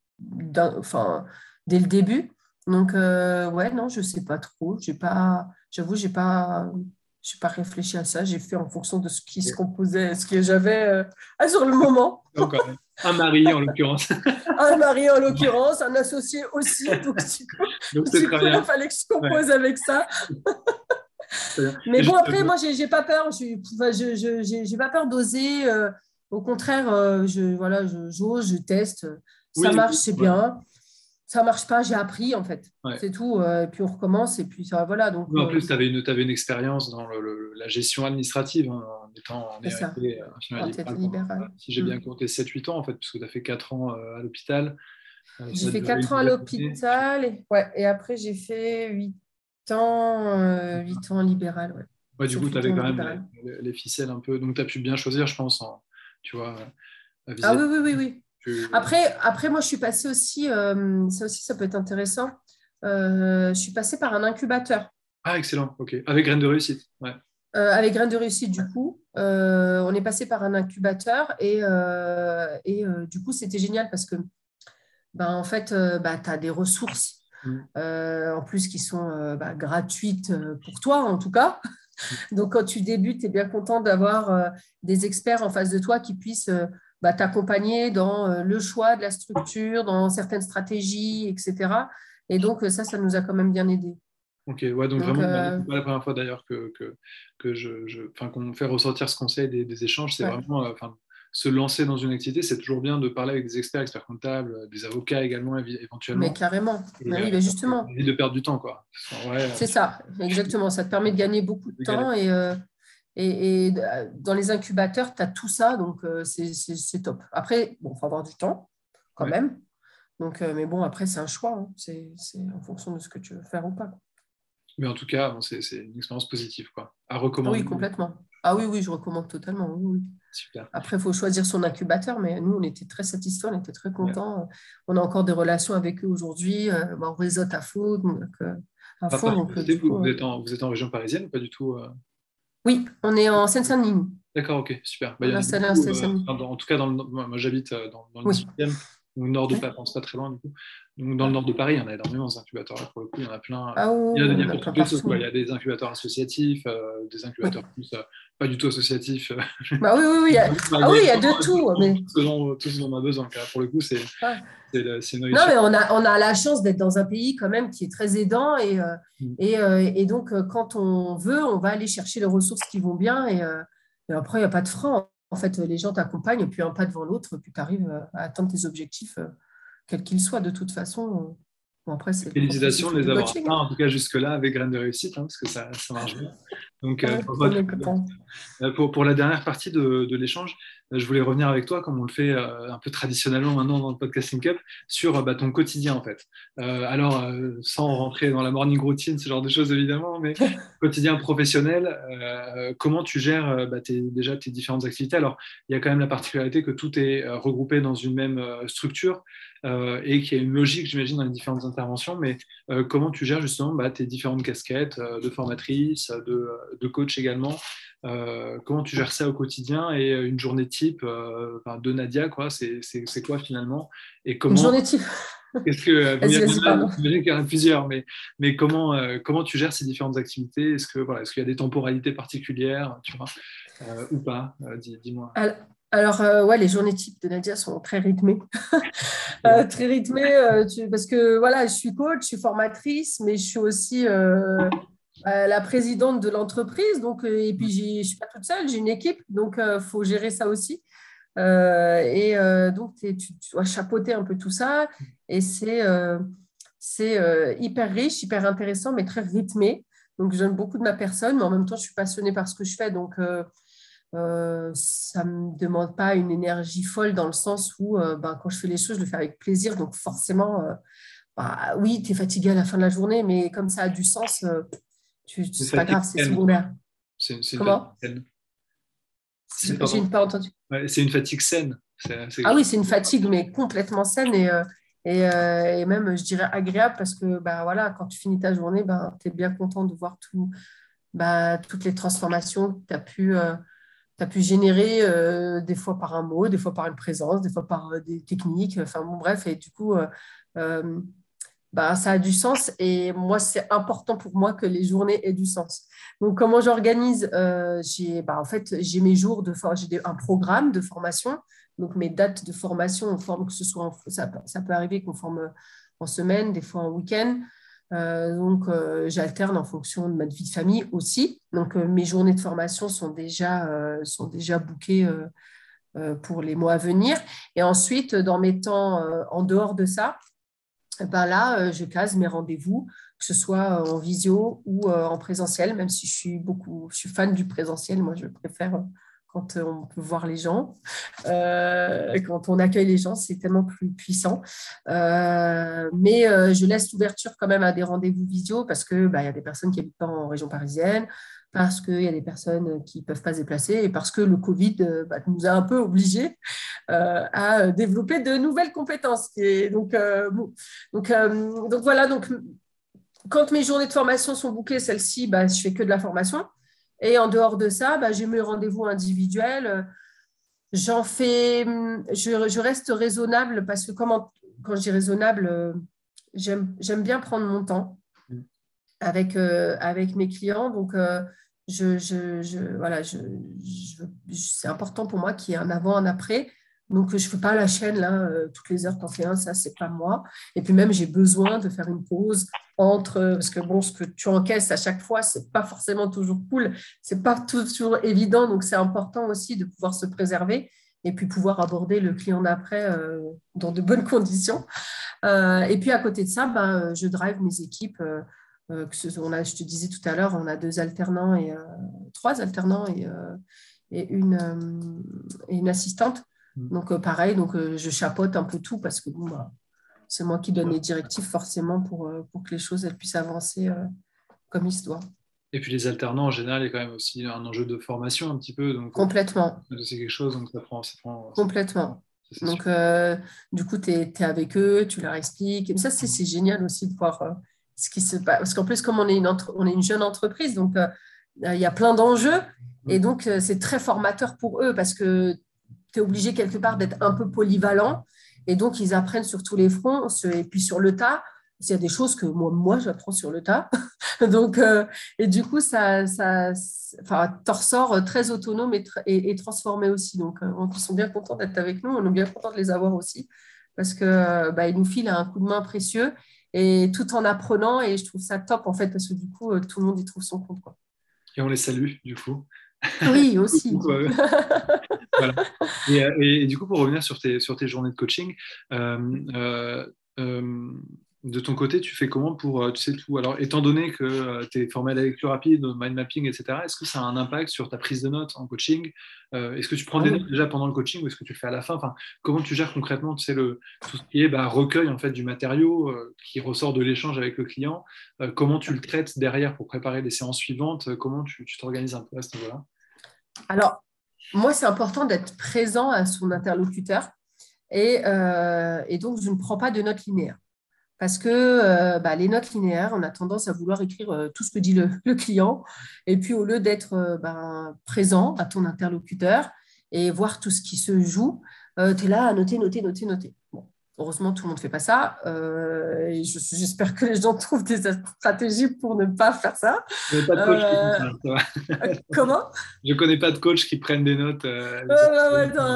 dès le début. Donc, non, je ne sais pas trop. J'avoue, j'ai pas réfléchi à ça. J'ai fait en fonction de ce qui se composait, ce que j'avais sur le moment. Donc, un mari, en l'occurrence. Un mari, en l'occurrence, un associé aussi. Donc, il fallait que je compose avec ça. Mais bon, après, moi, j'ai pas peur. J'ai pas peur d'oser. Au contraire, j'ose, je teste. Ça marche, c'est bien. Ça marche pas, j'ai appris en fait. Ouais. C'est tout. Et puis on recommence et puis ça voilà. Donc, en plus, tu avais une expérience dans la gestion administrative en étant en tête libérale. Si j'ai bien compté 7-8 ans en fait, puisque tu as fait 4 ans à l'hôpital. J'ai fait 4 ans à l'hôpital et après j'ai fait 8 ans, 8 ans en libéral. Ouais, du coup, tu avais quand même les ficelles un peu. Donc tu as pu bien choisir, je pense, tu vois. Ah oui. Après, moi, je suis passée aussi, ça peut être intéressant, je suis passée par un incubateur. Ah, excellent, ok. Avec Graines de Réussite, ouais. Avec Graines de Réussite, du coup, on est passé par un incubateur et du coup, c'était génial parce que, en fait, tu as des ressources en plus qui sont gratuites pour toi, en tout cas. Donc, quand tu débutes, tu es bien content d'avoir des experts en face de toi qui puissent t'accompagner dans le choix de la structure, dans certaines stratégies, etc. Et donc, ça nous a quand même bien aidé. Ok, ouais, donc vraiment, c'est pas la première fois d'ailleurs qu'on fait ressortir ce conseil des échanges. C'est vraiment se lancer dans une activité, c'est toujours bien de parler avec des experts comptables, des avocats également, éventuellement. Mais carrément, oui, justement. Et de perdre du temps, quoi. C'est ça, exactement. Ça te permet de gagner beaucoup de temps et dans les incubateurs, tu as tout ça, donc c'est top. Après, il faut avoir du temps quand même. Donc, mais bon, après, c'est un choix. Hein. C'est en fonction de ce que tu veux faire ou pas. Mais en tout cas, c'est une expérience positive, quoi. À recommander. Oui, complètement. Ah oui, je recommande totalement. Oui. Super. Après, il faut choisir son incubateur, mais nous, on était très satisfaits, on était très contents. Ouais. On a encore des relations avec eux aujourd'hui. On réseaute à fond. Vous êtes en région parisienne ou pas du tout Oui, on est en Seine-Saint-Denis. D'accord, ok, super. On est installé en Seine-Saint-Denis. En tout cas, moi j'habite dans le 18e, au nord de Paris, pas très loin du coup. Donc, dans le nord de Paris, il y en a énormément d'incubateurs. Pour le coup, il y en a plein. Il y a des incubateurs associatifs, des incubateurs plus pas du tout associatifs. Oui, il y a de tout. Tout ce dont on a besoin. Pour le coup, c'est une non, mais on a la chance d'être dans un pays quand même qui est très aidant et donc quand on veut, on va aller chercher les ressources qui vont bien et après, il n'y a pas de frein. En fait, les gens t'accompagnent, puis un pas devant l'autre, puis tu arrives à atteindre tes objectifs, quels qu'ils soient, de toute façon. Bon, après, félicitations de les avoir atteints, en tout cas jusque-là, avec Graines de Réussite, parce que ça marche bien. Donc, pour la dernière partie de l'échange, je voulais revenir avec toi, comme on le fait un peu traditionnellement maintenant dans le podcast Link Up, sur ton quotidien en fait. Sans rentrer dans la morning routine, ce genre de choses évidemment, mais quotidien professionnel, comment tu gères déjà tes différentes activités? Alors, il y a quand même la particularité que tout est regroupé dans une même structure et qu'il y a une logique, j'imagine, dans les différentes interventions, mais comment tu gères justement tes différentes casquettes de formatrice, de coach également? Comment tu gères ça au quotidien et une journée type de Nadia, quoi, c'est quoi finalement? Et Une comment journée type. est-ce que bon, Vas-y, vas-y, pardon. j'imagine qu'il y en a plusieurs, mais comment tu gères ces différentes activités? Est-ce qu'il y a des temporalités particulières, tu vois, ou pas? Dis-moi. Alors, ouais, les journées types de Nadia sont très rythmées. Très rythmées parce que voilà, je suis coach, je suis formatrice, mais je suis aussi la présidente de l'entreprise. Donc, et puis, je ne suis pas toute seule, j'ai une équipe, donc il faut gérer ça aussi. Donc, tu dois chapeauter un peu tout ça. Et c'est hyper riche, hyper intéressant, mais très rythmé. Donc, j'aime beaucoup de ma personne, mais en même temps, je suis passionnée par ce que je fais. Donc, ça ne me demande pas une énergie folle dans le sens où quand je fais les choses, je le fais avec plaisir. Donc, forcément, oui, tu es fatigué à la fin de la journée, mais comme ça a du sens, Une c'est pas fatigue grave, c'est saine. secondaire. C'est une fatigue Comment? saine. J'ai Pardon. pas entendu. Ouais, c'est une fatigue saine. Ah oui, c'est une fatigue, mais complètement saine et même, je dirais, agréable parce que voilà, quand tu finis ta journée, tu es bien content de voir toutes les transformations que tu as pu générer, des fois par un mot, des fois par une présence, des fois par des techniques, enfin bon, bref, et du coup, euh, ça a du sens et moi, c'est important pour moi que les journées aient du sens. Donc, comment j'organise en fait, j'ai mes jours j'ai un programme de formation, donc mes dates de formation, on forme que ce soit ça peut arriver qu'on forme en semaine, des fois en week-end. J'alterne en fonction de ma vie de famille aussi. Donc, mes journées de formation sont déjà bookées pour les mois à venir. Et ensuite, dans mes temps en dehors de ça, là, je case mes rendez-vous, que ce soit en visio ou en présentiel, même si je suis fan du présentiel. Moi, je préfère quand on peut voir les gens. Quand on accueille les gens, c'est tellement plus puissant. Mais je laisse l'ouverture quand même à des rendez-vous visio parce que il y a des personnes qui habitent pas en région parisienne, parce qu'il y a des personnes qui ne peuvent pas se déplacer et parce que le Covid nous a un peu obligés à développer de nouvelles compétences. Et donc voilà, donc quand mes journées de formation sont bookées, celles-ci, je fais que de la formation. Et en dehors de ça, j'ai mes rendez-vous individuels. Je reste raisonnable parce que quand je dis raisonnable, j'aime bien prendre mon temps avec mes clients. Donc, voilà, c'est important pour moi qu'il y ait un avant, un après. Donc, je ne fais pas la chaîne, là, toutes les heures, t'en fais un, ça, c'est pas moi. Et puis même, j'ai besoin de faire une pause parce que bon, ce que tu encaisses à chaque fois, c'est pas forcément toujours cool, c'est pas toujours évident. Donc, c'est important aussi de pouvoir se préserver et puis pouvoir aborder le client d'après dans de bonnes conditions. Et puis, à côté de ça, je drive mes équipes. Je te disais tout à l'heure, on a trois alternants et une assistante. Donc, pareil, je chapeaute un peu tout parce que c'est moi qui donne les directives forcément pour que les choses elles puissent avancer comme il se doit. Et puis les alternants, en général, il y a quand même aussi un enjeu de formation un petit peu. Donc, Complètement. c'est quelque chose, donc Complètement. c'est sûr. Donc, du coup, tu es avec eux, tu leur expliques. Et ça, c'est génial aussi de voir ce qui se passe. Parce qu'en plus, comme on est une jeune entreprise, donc il y a plein d'enjeux. Et donc, c'est très formateur pour eux parce que tu es obligé quelque part d'être un peu polyvalent. Et donc, ils apprennent sur tous les fronts. Et puis, sur le tas, il y a des choses que moi j'apprends sur le tas. Donc, et du coup, t'en ressors très autonome et transformé aussi. Donc, ils sont bien contents d'être avec nous. On est bien contents de les avoir aussi parce que ils nous filent un coup de main précieux et tout en apprenant. Et je trouve ça top en fait parce que du coup, tout le monde y trouve son compte, quoi. Et on les salue, du coup. Oui, aussi. Voilà. Et du coup, pour revenir sur tes journées de coaching, euh, euh, euh, de ton côté, tu fais comment pour, tu sais tout. Alors, étant donné que tu es formé à la lecture rapide, au mind mapping, etc., est-ce que ça a un impact sur ta prise de notes en coaching? Est-ce que tu prends Ah des oui. notes déjà pendant le coaching ou est-ce que tu le fais à la fin? Enfin, comment tu gères concrètement, tu sais, tout ce qui est recueil en fait du matériau qui ressort de l'échange avec le client? Comment tu le traites derrière pour préparer les séances suivantes? Comment tu t'organises un peu à ce niveau-là? Alors, moi, c'est important d'être présent à son interlocuteur et donc je ne prends pas de notes linéaires. Parce que les notes linéaires, on a tendance à vouloir écrire tout ce que dit le client. Et puis, au lieu d'être présent à ton interlocuteur et voir tout ce qui se joue, tu es là à noter, noter, noter, noter. Bon, heureusement, tout le monde ne fait pas ça. Et j'espère que les gens trouvent des stratégies pour ne pas faire ça. Je connais pas de coach qui font Euh, ça, ça va. Comment? Je connais pas de coach qui prennent des notes. Ouais, non,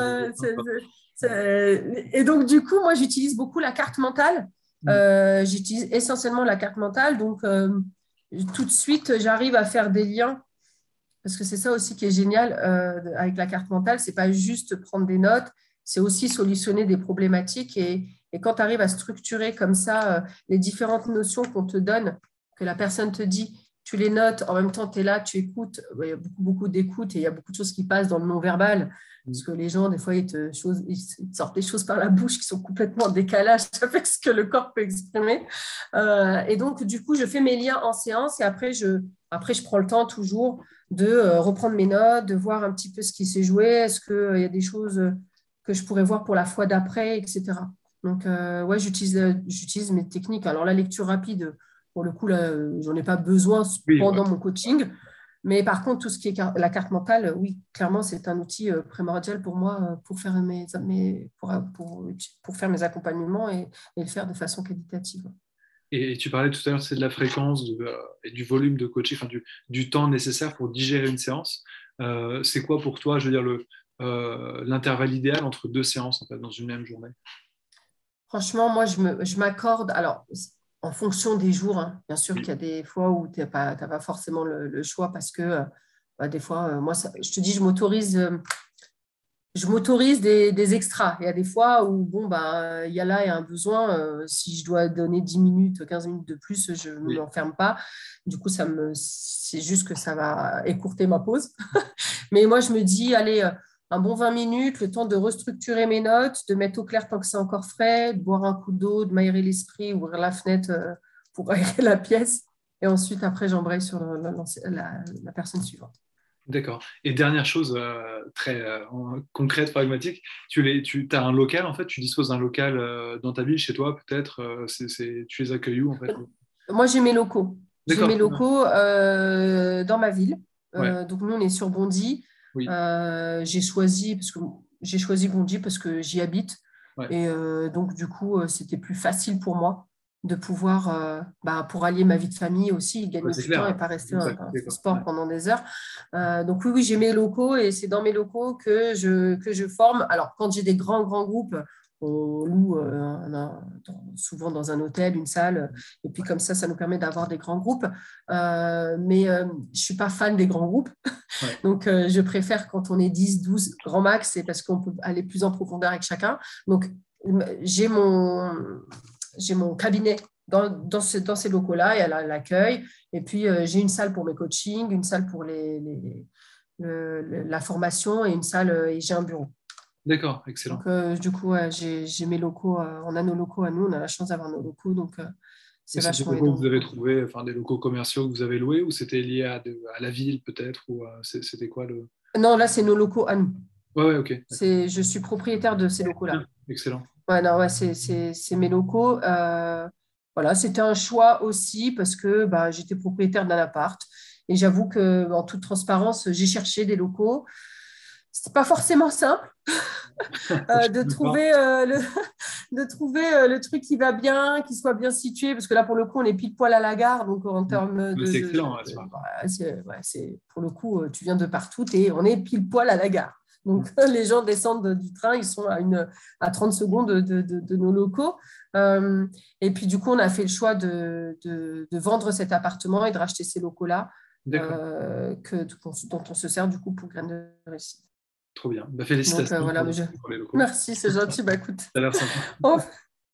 et donc, du coup, moi, j'utilise beaucoup la carte mentale. J'utilise essentiellement la carte mentale. Donc, tout de suite, j'arrive à faire des liens. Parce que c'est ça aussi qui est génial avec la carte mentale. C'est pas juste prendre des notes, c'est aussi solutionner des problématiques. Et quand tu arrives à structurer comme ça les différentes notions qu'on te donne, que la personne te dit, tu les notes, en même temps, tu es là, tu écoutes. Il y a beaucoup, beaucoup d'écoute et il y a beaucoup de choses qui passent dans le non-verbal. Parce que les gens, des fois, ils te sortent des choses par la bouche qui sont complètement en décalage avec ce que le corps peut exprimer. Et donc, du coup, je fais mes liens en séance et après, je prends le temps toujours de reprendre mes notes, de voir un petit peu ce qui s'est joué. Est-ce qu'il y a des choses que je pourrais voir pour la fois d'après, etc. Donc, ouais, j'utilise mes techniques. Alors, la lecture rapide, pour le coup, là, j'en ai pas besoin Oui, ouais. pendant mon coaching. Mais par contre, tout ce qui est la carte mentale, oui, clairement, c'est un outil primordial pour moi pour faire pour faire mes accompagnements et le faire de façon qualitative. Et tu parlais tout à l'heure, c'est de la fréquence et du volume de coaching, enfin, du temps nécessaire pour digérer une séance. C'est quoi pour toi, je veux dire, l'intervalle idéal entre deux séances en fait, dans une même journée? Franchement, moi, je m'accorde. Alors, en fonction des jours, hein, bien sûr qu'il y a des fois où tu n'as pas forcément le choix parce que des fois, moi, je te dis, je m'autorise des extras. Il y a des fois où, bon, il y a là et un besoin. Si je dois donner 10 minutes, 15 minutes de plus, je ne Oui. m'enferme pas. Du coup, c'est juste que ça va écourter ma pause. Mais moi, je me dis, allez, un bon 20 minutes, le temps de restructurer mes notes, de mettre au clair tant que c'est encore frais, de boire un coup d'eau, de m'aérer l'esprit, ouvrir la fenêtre pour aérer la pièce. Et ensuite, après, j'embraye sur la personne suivante. D'accord. Et dernière chose très concrète, pragmatique, tu as un local en fait, tu disposes d'un local dans ta ville, chez toi peut-être, tu les accueilles où en fait? Moi, j'ai mes locaux. J'ai D'accord, mes très bien. locaux dans ma ville. Ouais, Donc, nous, on est sur Bondy. oui, J'ai choisi Bondy parce que j'y habite. ouais. Et donc, du coup, c'était plus facile pour moi de pouvoir, pour allier ma vie de famille aussi, Ouais, gagner c'est du clair, temps ouais. et pas rester Juste dans à un côté, quoi. Ouais. transport pendant des heures. Donc, oui, oui, j'ai mes locaux et c'est dans mes locaux que je forme. Alors, quand j'ai des grands, grands groupes, on loue souvent dans un hôtel, une salle, et puis comme ça nous permet d'avoir des grands groupes. Mais je ne suis pas fan des grands groupes, Ouais. donc je préfère quand on est 10, 12 grand max, c'est parce qu'on peut aller plus en profondeur avec chacun. Donc j'ai mon cabinet dans ces locaux-là, et à l'accueil, et puis j'ai une salle pour mes coachings, une salle pour la formation et une salle, et j'ai un bureau. D'accord, excellent. Donc, du coup, ouais, j'ai mes locaux, on a nos locaux à nous, on a la chance d'avoir nos locaux, donc Et c'est c'est des vachement locaux aidant. que vous avez trouvés, enfin des locaux commerciaux que vous avez loués ou c'était lié à la ville peut-être ou c'était quoi le... Non, là, c'est nos locaux à nous. Ouais, ouais, ok, d'accord. Je suis propriétaire de ces locaux-là. Bien, excellent. Ouais, non, ouais, c'est mes locaux. Voilà, c'était un choix aussi parce que j'étais propriétaire d'un appart. Et j'avoue que, en toute transparence, j'ai cherché des locaux. C'était pas forcément simple de trouver, de trouver le truc qui va bien, qui soit bien situé, parce que là, pour le coup, on est pile poil à la gare, donc en termes C'est excellent, ouais, c'est pour le coup, tu viens de partout et on est pile poil à la gare. Donc, les gens descendent du train, ils sont à 30 secondes de nos locaux. Et puis, du coup, on a fait le choix de vendre cet appartement et de racheter ces locaux-là, d'accord, dont on se sert du coup pour Graines de Réussite. trop bien. Donc, Félicitations voilà, pour les locaux. merci, c'est gentil. Bah, écoute, Ça a l'air sympa. on,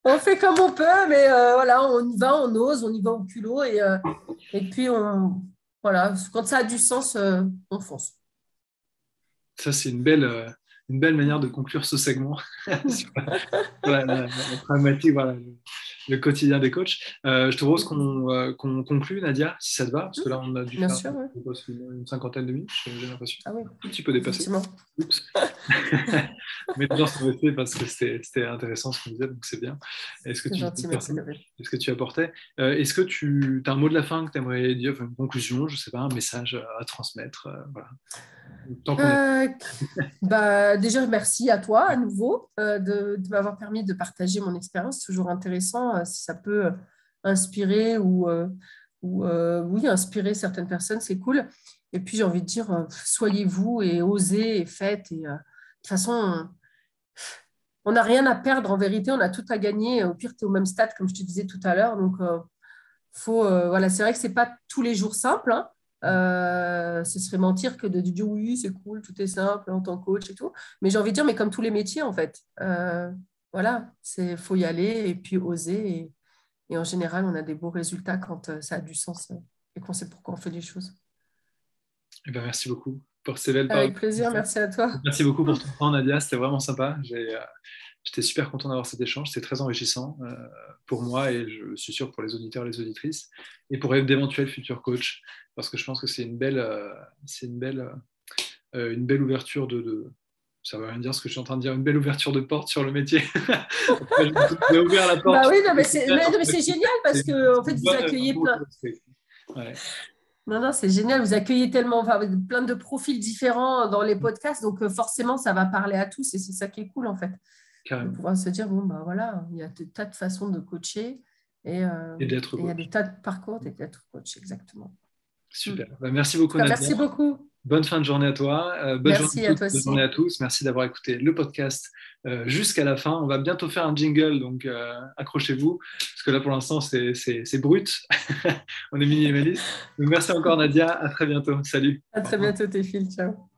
On fait comme on peut, mais voilà, on y va, on ose, on y va au culot et puis voilà, quand ça a du sens, on fonce. Ça, c'est une belle manière de conclure ce segment sur la pragmatique, voilà, le quotidien des coachs. Je te propose qu'on conclue, Nadia, si ça te va, parce que là, on a dû Bien faire sûr, oui. une cinquantaine de minutes, j'ai l'impression. Ah oui, Un tout petit peu dépassé. effectivement. Oups. Mais les gens sont restés parce que c'était intéressant ce qu'on disait, donc c'est bien. C'est gentil, merci David. Est-ce que tu apportais Est-ce que tu as un mot de la fin que tu aimerais dire, enfin, une conclusion, je ne sais pas, un message à transmettre voilà. Tant qu'on est... Déjà, merci à toi à nouveau de m'avoir permis de partager mon expérience. C'est toujours intéressant si ça peut inspirer oui, inspirer certaines personnes, c'est cool. Et puis, j'ai envie de dire, soyez vous et osez et faites. Et, de toute façon, on n'a rien à perdre en vérité, on a tout à gagner. Au pire, tu es au même stade, comme je te disais tout à l'heure. Donc, voilà, c'est vrai que ce n'est pas tous les jours simple, hein. Ce serait mentir que de dire oui, c'est cool, tout est simple en tant que coach et tout. Mais j'ai envie de dire, mais comme tous les métiers, en fait, voilà, il faut y aller et puis oser. Et en général, on a des beaux résultats quand ça a du sens et qu'on sait pourquoi on fait les choses. Eh ben, merci beaucoup pour ces belles paroles. Avec plaisir, merci à toi. Merci beaucoup pour ton temps, Nadia. C'était vraiment sympa. J'étais super content d'avoir cet échange. C'était très enrichissant pour moi et je suis sûr pour les auditeurs et les auditrices et pour d'éventuels futurs coachs parce que je pense que c'est une belle ouverture ça ne veut rien dire ce que je suis en train de dire, une belle ouverture de porte sur le métier. J'ai ouvert la porte. Bah oui, non, mais c'est génial parce que en fait, vous accueillez plein. Ouais. Non, c'est génial. Vous accueillez tellement, enfin, plein de profils différents dans les podcasts, donc forcément, ça va parler à tous et c'est ça qui est cool en fait. Carrément. De pouvoir se dire, bon, bah voilà, il y a des tas de façons de coacher et il y a des tas de parcours d'être coach, exactement. Super. Bah, merci beaucoup, Nadia. Merci beaucoup. Bonne fin de journée à toi. Bonne merci à toi aussi. Bonne journée à tous. Merci d'avoir écouté le podcast jusqu'à la fin. On va bientôt faire un jingle, donc accrochez-vous, parce que là, pour l'instant, c'est brut. On est minimaliste. Donc, merci encore, Nadia. À très bientôt. Salut. À très bientôt, Téphile. Ciao.